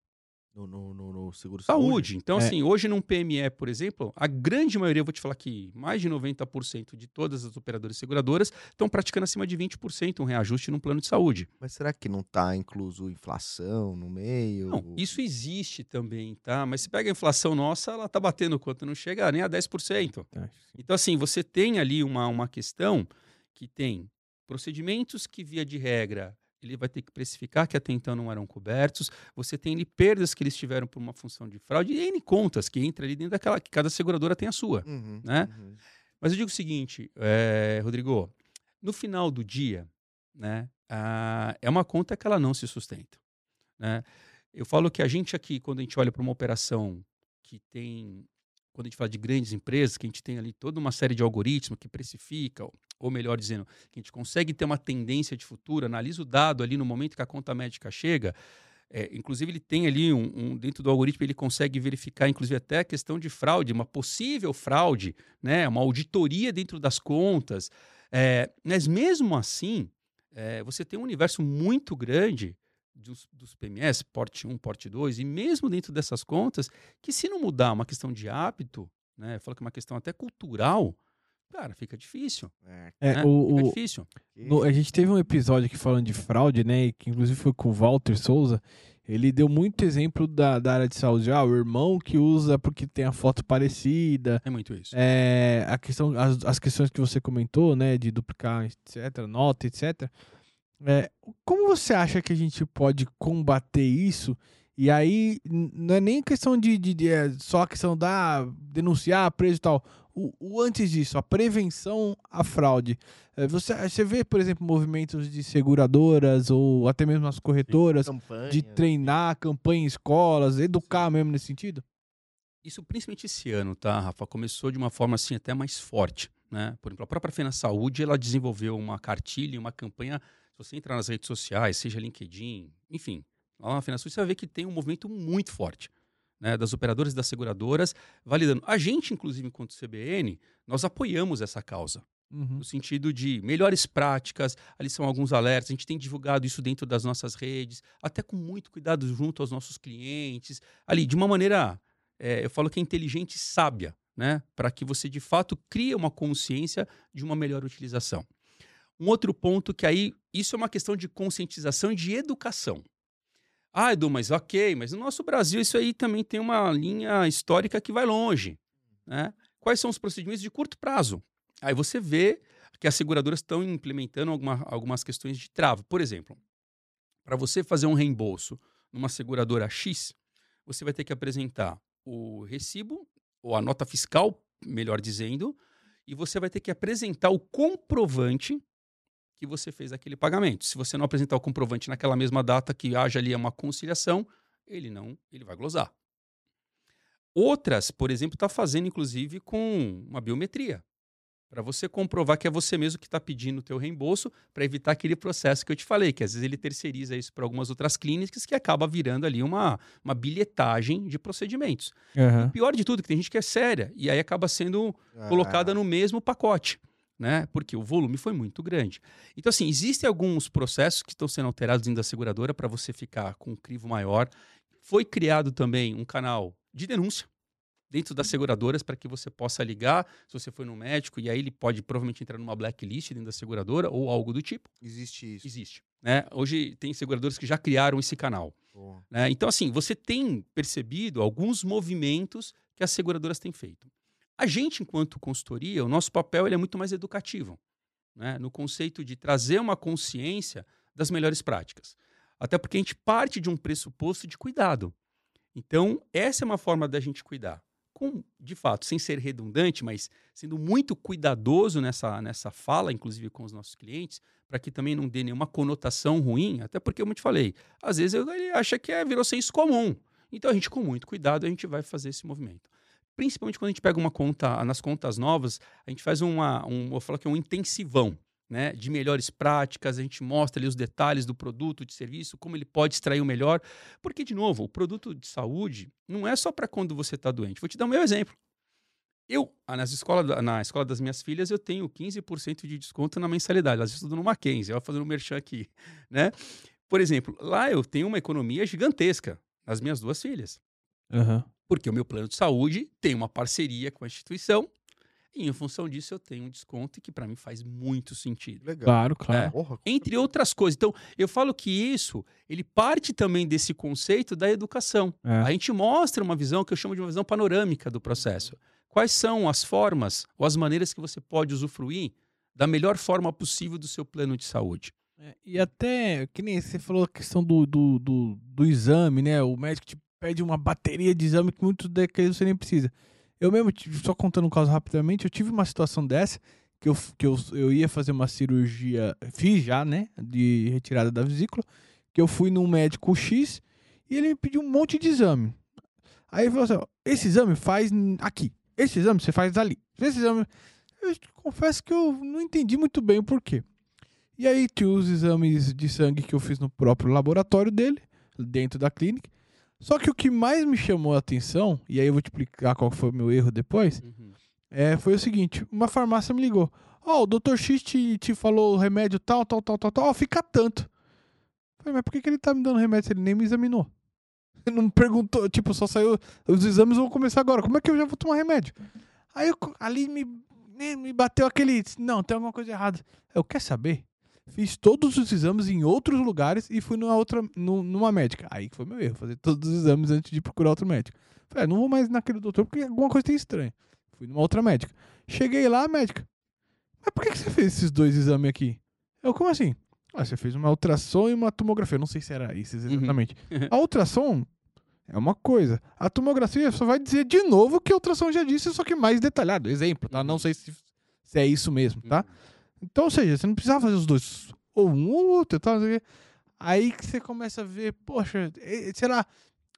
No, no, no, no seguro Saúde. Então, É. assim, hoje num P M E, por exemplo, a grande maioria, eu vou te falar que mais de noventa por cento de todas as operadoras seguradoras estão praticando acima de vinte por cento um reajuste num plano de saúde. Mas será que não tá incluso inflação no meio? Não, isso existe também, tá? Mas se pega a inflação nossa, ela tá batendo quanto? Não chega nem a dez por cento. Tá. Então, assim, você tem ali uma, uma questão que tem procedimentos que, via de regra, ele vai ter que precificar que até então não eram cobertos. Você tem ali perdas que eles tiveram por uma função de fraude e N contas que entra ali dentro daquela que cada seguradora tem a sua. Uhum, né? uhum. Mas eu digo o seguinte, é, Rodrigo, no final do dia, né, a, é uma conta que ela não se sustenta. Né? Eu falo que a gente aqui, quando a gente olha para uma operação que tem, quando a gente fala de grandes empresas, que a gente tem ali toda uma série de algoritmos que precificam, ou melhor dizendo, que a gente consegue ter uma tendência de futuro, analisa o dado ali no momento que a conta médica chega, é, inclusive ele tem ali, um, um, dentro do algoritmo, ele consegue verificar, inclusive até a questão de fraude, uma possível fraude, né, uma auditoria dentro das contas. É, mas mesmo assim, é, você tem um universo muito grande dos, dos P M S, porte um, porte dois, e mesmo dentro dessas contas, que se não mudar uma questão de hábito, né, eu falo que é uma questão até cultural, cara, fica difícil. É, É, né? o, Fica o- difícil. no- a gente teve um episódio aqui falando de fraude, né? Que inclusive foi com o Walter Souza. Ele deu muito exemplo da, da área de saúde. Ah, o irmão que usa porque tem a foto parecida. É muito isso. É, a questão, as, as questões que você comentou, né? De duplicar, etcétera, nota, etcétera. É, como você acha que a gente pode combater isso? E aí, n- não é nem questão de, de- de, é, só a questão da denunciar, preso e tal. O, o antes disso, a prevenção à fraude. É, você, você vê, por exemplo, movimentos de seguradoras ou até mesmo as corretoras campanha, de treinar campanha em escolas, educar mesmo nesse sentido? Isso principalmente esse ano, tá, Rafa? Começou de uma forma assim até mais forte, né? Por exemplo, a própria Fena Saúde, ela desenvolveu uma cartilha, uma campanha. Se você entrar nas redes sociais, seja LinkedIn, enfim, lá na Fena Saúde você vai ver que tem um movimento muito forte, né, das operadoras e das seguradoras validando. A gente, inclusive, enquanto C B N, nós apoiamos essa causa. Uhum. No sentido de melhores práticas, ali são alguns alertas, a gente tem divulgado isso dentro das nossas redes, até com muito cuidado junto aos nossos clientes, ali de uma maneira, é, eu falo que é inteligente e sábia, né, para que você de fato crie uma consciência de uma melhor utilização. Um outro ponto que aí, isso é uma questão de conscientização e de educação. Ah, Edu, mas ok, mas no nosso Brasil isso aí também tem uma linha histórica que vai longe, né? Quais são os procedimentos de curto prazo? Aí você vê que as seguradoras estão implementando alguma, algumas questões de trava. Por exemplo, para você fazer um reembolso numa seguradora X, você vai ter que apresentar o recibo, ou a nota fiscal, melhor dizendo, e você vai ter que apresentar o comprovante que você fez aquele pagamento. Se você não apresentar o comprovante naquela mesma data que haja ali uma conciliação, ele não, ele vai glosar. Outras, por exemplo, está fazendo inclusive com uma biometria, para você comprovar que é você mesmo que está pedindo o teu reembolso, para evitar aquele processo que eu te falei, que às vezes ele terceiriza isso para algumas outras clínicas, que acaba virando ali uma, uma bilhetagem de procedimentos. Uhum. E pior de tudo, que tem gente que é séria, e aí acaba sendo Ah. colocada no mesmo pacote, né? Porque o volume foi muito grande. Então, assim, existem alguns processos que estão sendo alterados dentro da seguradora para você ficar com um crivo maior. Foi criado também um canal de denúncia dentro das seguradoras para que você possa ligar se você for no médico, e aí ele pode provavelmente entrar numa blacklist dentro da seguradora ou algo do tipo. Existe isso. Existe, né? Hoje tem seguradoras que já criaram esse canal. Porra. Né? Então, assim, você tem percebido alguns movimentos que as seguradoras têm feito. A gente, enquanto consultoria, o nosso papel ele é muito mais educativo, né? No conceito de trazer uma consciência das melhores práticas. Até porque a gente parte de um pressuposto de cuidado. Então, essa é uma forma da gente cuidar. Com, de fato, sem ser redundante, mas sendo muito cuidadoso nessa, nessa fala, inclusive com os nossos clientes, para que também não dê nenhuma conotação ruim, até porque, como eu te falei, às vezes ele acha que é, virou senso comum. Então, a gente, com muito cuidado, a gente vai fazer esse movimento. Principalmente quando a gente pega uma conta, nas contas novas, a gente faz uma, um, eu falo que é um intensivão, né, de melhores práticas, a gente mostra ali os detalhes do produto, de serviço, como ele pode extrair o melhor. Porque, de novo, o produto de saúde não é só para quando você está doente. Vou te dar o meu exemplo. Eu, nas escola, na escola das minhas filhas, eu tenho quinze por cento de desconto na mensalidade. Elas estudam no Mackenzie, eu vou fazendo um merchan aqui, né? Por exemplo, lá eu tenho uma economia gigantesca nas minhas duas filhas. Uhum. Porque o meu plano de saúde tem uma parceria com a instituição e, em função disso, eu tenho um desconto que, para mim, faz muito sentido. Legal. Claro, claro. É. Porra, Entre outras coisas. Então, eu falo que isso, ele parte também desse conceito da educação. É. A gente mostra uma visão que eu chamo de uma visão panorâmica do processo. Quais são as formas ou as maneiras que você pode usufruir da melhor forma possível do seu plano de saúde. É, e até, que nem você falou a questão do, do, do, do exame, né? O médico te pede uma bateria de exame que muitos daqueles você nem precisa. Eu mesmo, só contando um caso rapidamente, eu tive uma situação dessa, que, eu, que eu, eu ia fazer uma cirurgia, fiz já, né? De retirada da vesícula, que eu fui num médico X e ele me pediu um monte de exame. Aí ele falou assim, ó, esse exame faz aqui, esse exame você faz ali, esse exame... Eu confesso que eu não entendi muito bem o porquê. E aí tinha os exames de sangue que eu fiz no próprio laboratório dele, dentro da clínica. Só que o que mais me chamou a atenção, e aí eu vou te explicar qual foi o meu erro depois, Uhum. é, foi o seguinte, uma farmácia me ligou. Ó, oh, o doutor X te, te falou o remédio tal, tal, tal, tal, tal, ó, fica tanto. Eu falei, mas por que, que ele tá me dando remédio se ele nem me examinou? Ele não me perguntou, tipo, só saiu, os exames vão começar agora, como é que eu já vou tomar remédio? Aí eu, ali me, né, me bateu aquele, não, tem alguma coisa errada. Eu, quer saber? Fiz todos os exames em outros lugares e fui numa outra, numa médica. Aí que foi meu erro, fazer todos os exames antes de procurar outro médico. Falei, ah, não vou mais naquele doutor porque alguma coisa tem estranha. Fui numa outra médica. Cheguei lá, a médica, mas por que, que você fez esses dois exames aqui? Eu, como assim? Ah, você fez uma ultrassom e uma tomografia. Eu não sei se era isso exatamente. Uhum. A ultrassom é uma coisa. A tomografia só vai dizer de novo que a ultrassom já disse, só que mais detalhado. Exemplo, tá? Não sei se, se é isso mesmo, tá? Então, ou seja, você não precisava fazer os dois, ou um ou outro, tá? Aí que você começa a ver, poxa, sei lá,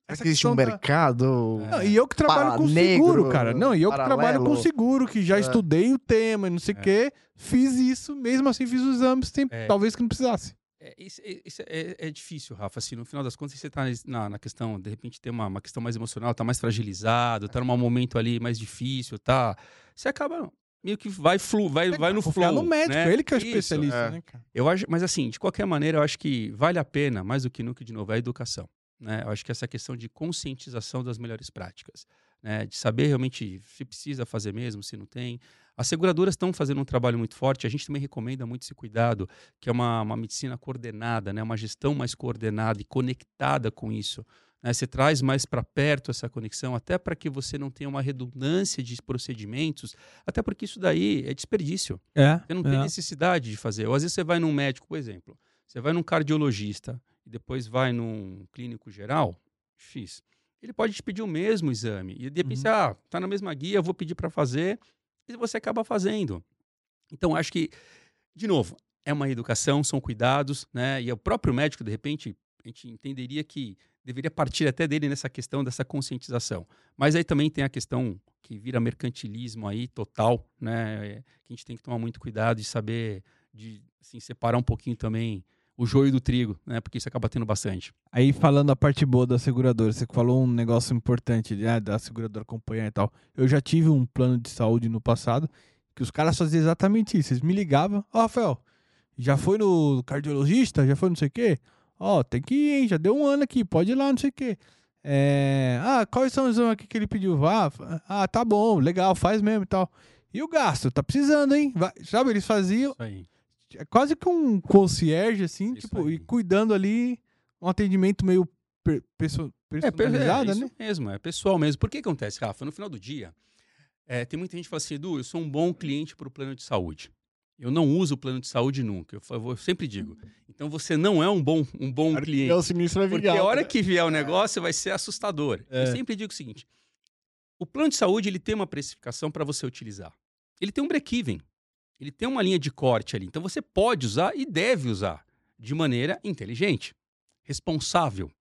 essa Existe um questão da- mercado. Não, e eu que trabalho Para com negro, seguro, cara. Não, e eu que trabalho com paralelo. seguro, que já É. estudei o tema e não sei o É. quê, fiz isso, mesmo assim fiz os exames, sem, É. talvez que não precisasse. É, isso, é- isso é, é difícil, Rafa. Assim, no final das contas, você tá na, na questão, de repente, tem uma, uma questão mais emocional, tá mais fragilizado, tá num momento ali mais difícil, tá? Você acaba meio que vai, flu, vai, vai no Confiar flow. no médico, né? ele que é o Isso. especialista, é. né, cara? Eu acho, mas assim, de qualquer maneira, eu acho que vale a pena, mais do que nunca, de novo, é a educação. Né? Eu acho que essa questão de conscientização das melhores práticas, né? De saber realmente se precisa fazer mesmo, se não tem. As seguradoras estão fazendo um trabalho muito forte, a gente também recomenda muito esse cuidado, que é uma, uma medicina coordenada, né? Uma gestão mais coordenada e conectada com isso. Né? Você traz mais para perto essa conexão, até para que você não tenha uma redundância de procedimentos, até porque isso daí é desperdício. É. Você não tem necessidade de fazer. Ou às vezes você vai num médico, por exemplo, você vai num cardiologista e depois vai num clínico geral, X. Ele pode te pedir o mesmo exame. E de repente, Uhum. você, ah, tá na mesma guia, eu vou pedir para fazer, e você acaba fazendo. Então, acho que, de novo, é uma educação, são cuidados, né? E o próprio médico, de repente, a gente entenderia que deveria partir até dele nessa questão dessa conscientização. Mas aí também tem a questão que vira mercantilismo aí total, né? Que a gente tem que tomar muito cuidado e saber de assim, separar um pouquinho também o joio do trigo, né? Porque isso acaba tendo bastante. Aí falando a parte boa da seguradora, você falou um negócio importante, né, da seguradora acompanhar e tal. Eu já tive um plano de saúde no passado que os caras faziam exatamente isso. Eles me ligavam, ó, Rafael, já foi no cardiologista? Já foi não sei o quê? Ó, tem que ir, hein? Já deu um ano aqui, pode ir lá, não sei o quê. É... Ah, quais são os exames aqui que ele pediu? Ah, ah, tá bom, legal, faz mesmo e tal. E o gasto? Tá precisando, hein? Vai... Sabe, eles faziam Isso aí. é quase que um concierge, assim, Isso tipo, aí. e cuidando ali, um atendimento meio per- perso- É, per- personalizado, é isso né? mesmo, é pessoal mesmo. Por que acontece, Rafa? No final do dia, é, tem muita gente que fala assim, Edu, eu sou um bom cliente para o plano de saúde. Eu não uso o plano de saúde nunca. Eu, fa- eu sempre digo. Então você não é um bom, um bom cliente. o sinistro vai Porque a hora que vier o negócio vai ser assustador. É. Eu sempre digo o seguinte: o plano de saúde ele tem uma precificação para você utilizar. Ele tem um break-even. Ele tem uma linha de corte ali. Então você pode usar e deve usar de maneira inteligente, responsável.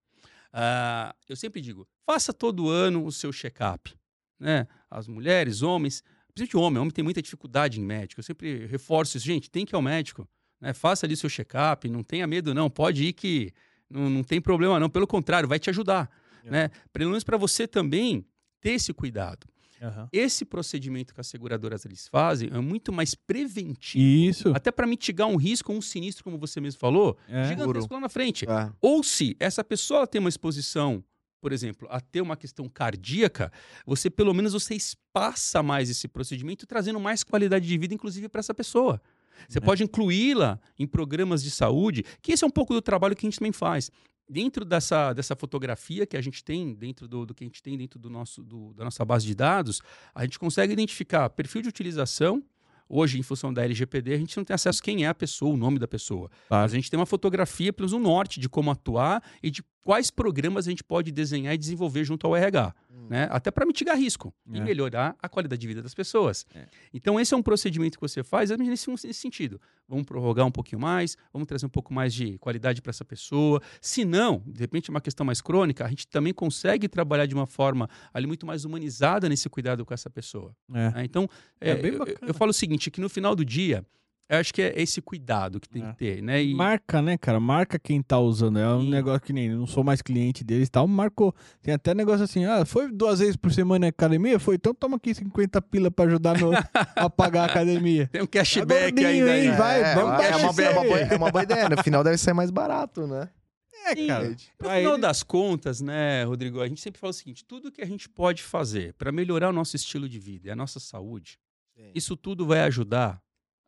Ah, eu sempre digo: faça todo ano o seu check-up. Né? As mulheres, homens, principalmente homem, homem tem muita dificuldade em médico. Eu sempre reforço isso, gente, tem que ir ao médico. Né? Faça ali o seu check-up, não tenha medo, não. Pode ir que não, não tem problema, não. Pelo contrário, vai te ajudar. É. Né? Pelo menos para você também ter esse cuidado. Uhum. Esse procedimento que as seguradoras eles fazem é muito mais preventivo. Isso. Até para mitigar um risco, um sinistro, como você mesmo falou, É. gigantesco lá na frente. É. Ou se essa pessoa tem uma exposição, por exemplo, a ter uma questão cardíaca, você pelo menos você espaça mais esse procedimento, trazendo mais qualidade de vida, inclusive para essa pessoa. Você É. pode incluí-la em programas de saúde, que esse é um pouco do trabalho que a gente também faz. Dentro dessa, dessa fotografia que a gente tem, dentro do, do que a gente tem dentro do nosso, do, da nossa base de dados, a gente consegue identificar perfil de utilização. Hoje, em função da L G P D, a gente não tem acesso a quem é a pessoa, o nome da pessoa. Claro. Mas a gente tem uma fotografia, pelo menos um norte de como atuar e de quais programas a gente pode desenhar e desenvolver junto ao R H. Né? Até para mitigar risco É. e melhorar a qualidade de vida das pessoas. É. Então, esse é um procedimento que você faz exatamente nesse, nesse sentido. Vamos prorrogar um pouquinho mais, vamos trazer um pouco mais de qualidade para essa pessoa. Se não, de repente, é uma questão mais crônica, a gente também consegue trabalhar de uma forma ali muito mais humanizada nesse cuidado com essa pessoa. É. Né? Então, É é, bem eu, bacana. eu falo o seguinte, que no final do dia, eu acho que é esse cuidado que tem É. que ter. Né? E, Marca, né, cara? Marca quem tá usando. É um Sim. negócio que nem eu não sou mais cliente deles e tal. Marcou. Tem até negócio assim, ah, foi duas vezes por semana na academia? Foi, então toma aqui cinquenta pila pra ajudar no, a pagar a academia. tem um cashback gordinho, ainda aí. hein? Vai, é, vamos é, uma, baixar é, uma aí. boa, é uma boa ideia. No final deve ser mais barato, né? É, Sim. cara. No Pra final ele- das contas, né, Rodrigo, a gente sempre fala o seguinte, tudo que a gente pode fazer para melhorar o nosso estilo de vida e a nossa saúde, isso tudo vai ajudar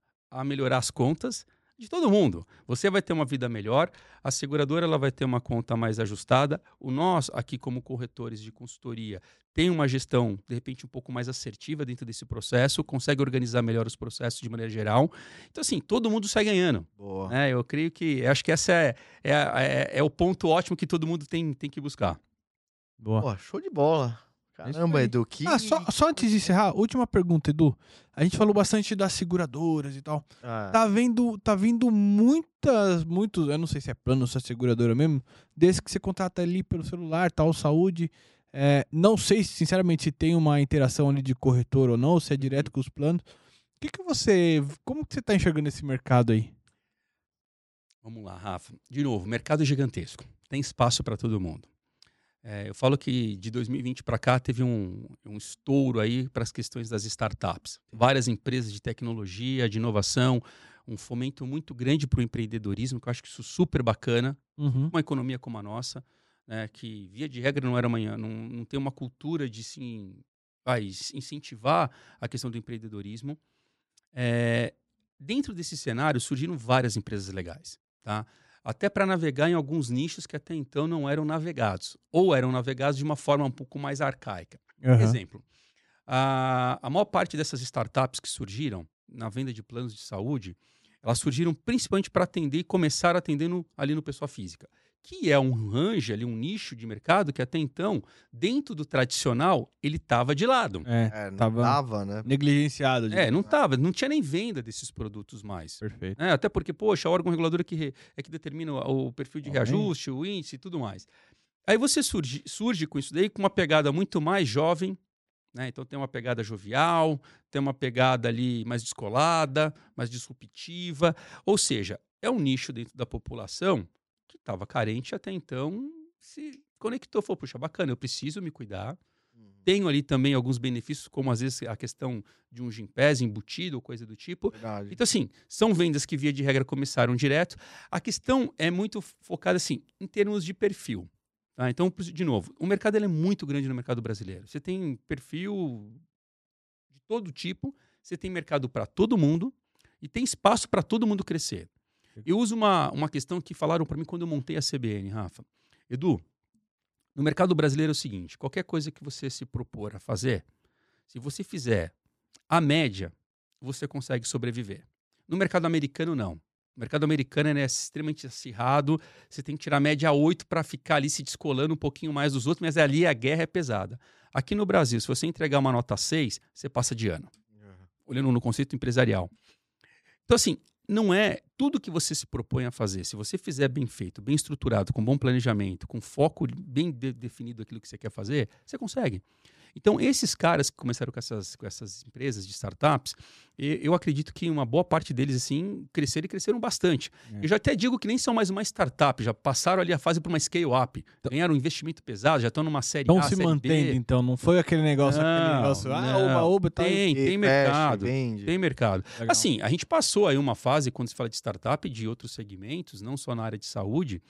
a melhorar as contas de todo mundo. Você vai ter uma vida melhor, a seguradora ela vai ter uma conta mais ajustada, o nós, aqui como corretores de consultoria, tem uma gestão, de repente, um pouco mais assertiva dentro desse processo, consegue organizar melhor os processos de maneira geral. Então, assim, todo mundo sai ganhando. Boa. Né? Eu creio que, acho que esse é, é, é, é o ponto ótimo que todo mundo tem, tem que buscar. Boa. Pô, show de bola. Caramba, Edu, que... Ah, só, só antes de encerrar, última pergunta, Edu. A gente falou bastante das seguradoras e tal. Ah, Tá vendo, tá vindo muitas, muitos, eu não sei se é plano ou se é seguradora mesmo, desse que você contrata ali pelo celular, tal, saúde. É, não sei, sinceramente, se tem uma interação ali de corretor ou não, se é direto com os planos. O que que você, como que você tá enxergando esse mercado aí? Vamos lá, Rafa. De novo, mercado gigantesco. Tem espaço para todo mundo. É, eu falo que de dois mil e vinte para cá teve um, um estouro aí para as questões das startups. Várias empresas de tecnologia, de inovação, um fomento muito grande para o empreendedorismo, que eu acho que isso é super bacana. Uhum. Uma economia como a nossa, né, que via de regra não era amanhã, não, não tem uma cultura de sim, vai, incentivar a questão do empreendedorismo. É, dentro desse cenário surgiram várias empresas legais, tá? Até para navegar em alguns nichos que até então não eram navegados, ou eram navegados de uma forma um pouco mais arcaica. Uhum. Exemplo, a, a maior parte dessas startups que surgiram na venda de planos de saúde, elas surgiram principalmente para atender e começar atendendo ali no pessoa física, que é um range ali, um nicho de mercado que até então, dentro do tradicional, ele estava de lado. É, é, não tava dava, né? negligenciado. É, digamos. não tava, não tinha nem venda desses produtos mais. Perfeito. É, até porque, poxa, a órgão regulador é que, re- é que determina o, o perfil de Também. reajuste, o índice e tudo mais. Aí você surge, surge com isso daí com uma pegada muito mais jovem, né? Então tem uma pegada jovial, tem uma pegada ali mais descolada, mais disruptiva. Ou seja, é um nicho dentro da população que estava carente até então, se conectou, falou, puxa, bacana, eu preciso me cuidar. Tenho ali também alguns benefícios, como às vezes a questão de um Gympass embutido ou coisa do tipo. Verdade. Então, assim, são vendas que, via de regra, começaram direto. A questão é muito focada, assim, em termos de perfil. Tá? Então, de novo, o mercado ele é muito grande no mercado brasileiro. Você tem perfil de todo tipo, você tem mercado para todo mundo e tem espaço para todo mundo crescer. Eu uso uma, uma questão que falaram para mim quando eu montei a C B N, Rafa. Edu, no mercado brasileiro é o seguinte, qualquer coisa que você se propor a fazer, se você fizer a média, você consegue sobreviver. No mercado americano, não. O mercado americano é, né, extremamente acirrado, você tem que tirar a média oito para ficar ali se descolando um pouquinho mais dos outros, mas ali a guerra é pesada. Aqui no Brasil, se você entregar uma nota seis, você passa de ano. Olhando no conceito empresarial. Então, assim, não é tudo que você se propõe a fazer. Se você fizer bem feito, bem estruturado, com bom planejamento, com foco bem de- definido aquilo que você quer fazer, você consegue. Então, esses caras que começaram com essas, com essas empresas de startups, e- eu acredito que uma boa parte deles, assim, cresceram e cresceram bastante. É. Eu já até digo que nem são mais uma startup, já passaram ali a fase para uma scale-up. Ganharam um investimento pesado, já estão numa série Estão A, se série mantendo, B. então. Não foi aquele negócio, aquele Não, negócio. Ah, não. oba, oba, tá. Tem, E tem fecha, mercado. vende. Tem mercado. Legal. Assim, a gente passou aí uma fase, quando se fala de startup, de outros segmentos, não só na área de saúde,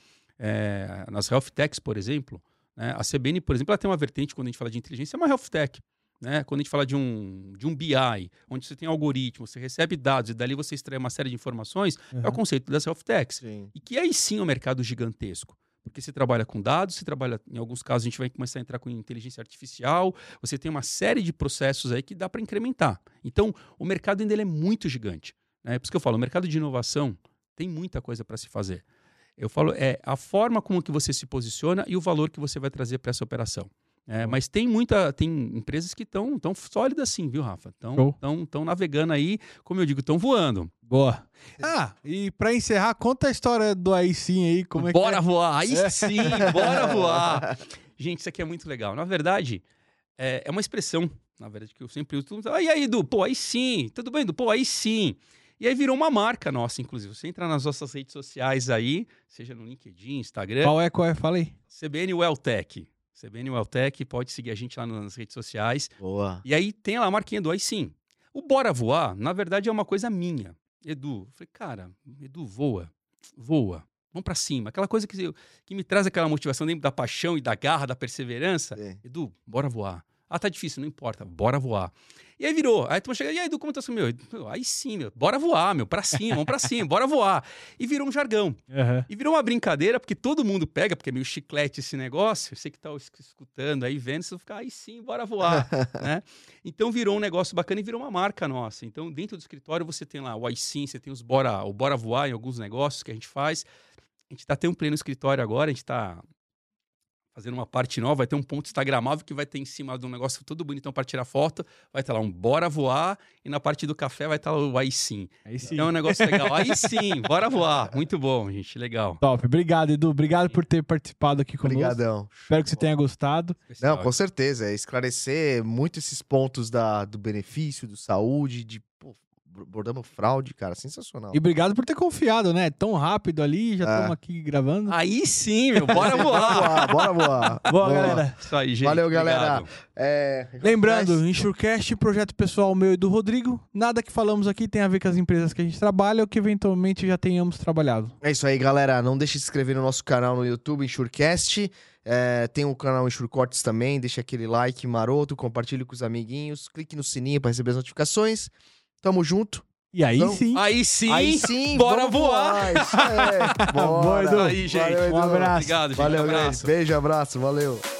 é, nas health techs, por exemplo, né? A C B N, por exemplo, ela tem uma vertente, quando a gente fala de inteligência, é uma health tech. Né? Quando a gente fala de um, de um B I, onde você tem algoritmo, você recebe dados e dali você extrai uma série de informações, é o Uhum. conceito das health techs. Sim. E que aí sim é um mercado gigantesco. Porque você trabalha com dados, você trabalha, em alguns casos, a gente vai começar a entrar com inteligência artificial, você tem uma série de processos aí que dá para incrementar. Então, o mercado ainda ele é muito gigante. Né? É por isso que eu falo, o mercado de inovação tem muita coisa para se fazer. Eu falo, é a forma como que você se posiciona e o valor que você vai trazer para essa operação. É, mas tem muita, tem empresas que estão tão sólidas sim, viu, Rafa? Estão tão, tão navegando aí, como eu digo, estão voando. Boa. Ah, e pra encerrar, conta a história do aí sim aí, como é Bora que é? voar, aí sim, bora voar. Gente, isso aqui é muito legal. Na verdade, é, é uma expressão, na verdade, que eu sempre uso. Todo mundo fala, e aí, Edu? Pô, aí sim. Tudo bem, Edu? Pô, aí sim. E aí virou uma marca nossa, inclusive. Você entra nas nossas redes sociais aí, seja no LinkedIn, Instagram. Qual é, qual é? Fala aí. C B N Welltech. C B N Welltech, pode seguir a gente lá nas redes sociais. Boa. E aí tem lá a marquinha do aí sim. O Bora Voar, na verdade, é uma coisa minha. Edu, eu falei, cara, Edu, voa, voa, vamos pra cima. Aquela coisa que, que me traz aquela motivação dentro da paixão e da garra, da perseverança. Sim. Edu, bora voar. Ah, tá difícil, não importa, bora voar. E aí virou. Aí tu chega, e aí, Edu, como tá seu meu? Aí sim, meu, bora voar, meu, pra cima, vamos pra cima, bora voar. E virou um jargão. Uhum. E virou uma brincadeira, porque todo mundo pega, porque é meio chiclete esse negócio. Você que tá escutando aí, vendo, você vai ficar, aí sim, bora voar, né? Então virou um negócio bacana e virou uma marca nossa. Então, dentro do escritório, você tem lá o aí sim, você tem os bora, o bora voar em alguns negócios que a gente faz. A gente tá tendo um pleno escritório agora, a gente tá fazendo uma parte nova, vai ter um ponto instagramável que vai ter em cima de um negócio todo bonitão para tirar foto, vai ter lá um bora voar, e na parte do café vai estar o aí sim. Aí sim. Então é um negócio legal. Aí sim, bora voar. Muito bom, gente, legal. Top. Obrigado, Edu. Obrigado por ter participado aqui conosco. Obrigadão. Espero que você tenha gostado. Não, com certeza. É esclarecer muito esses pontos da, do benefício, do saúde, de... Pô, abordamos fraude, cara. Sensacional. E obrigado por ter confiado, né? Tão rápido ali, já estamos É. aqui gravando. Aí sim, meu, bora Bora voar. voar, bora voar. Boa, galera. Isso aí, gente. Valeu, galera. obrigado. É, Lembrando, mas- Insurecast, projeto pessoal meu e do Rodrigo. Nada que falamos aqui tem a ver com as empresas que a gente trabalha ou que eventualmente já tenhamos trabalhado. É isso aí, galera. Não deixe de se inscrever no nosso canal no YouTube, Insurecast. É, tem o canal Insurecortes também. Deixa aquele like maroto, compartilhe com os amiguinhos. Clique no sininho para receber as notificações. Tamo junto. E aí Então, sim. Aí sim, Aí sim, bora vamos voar. Isso é. Boa, Bora. Edu. Aí, gente. Valeu, Edu. Um abraço. Obrigado, gente. Valeu, um gente. abraço. Beijo, abraço. Valeu.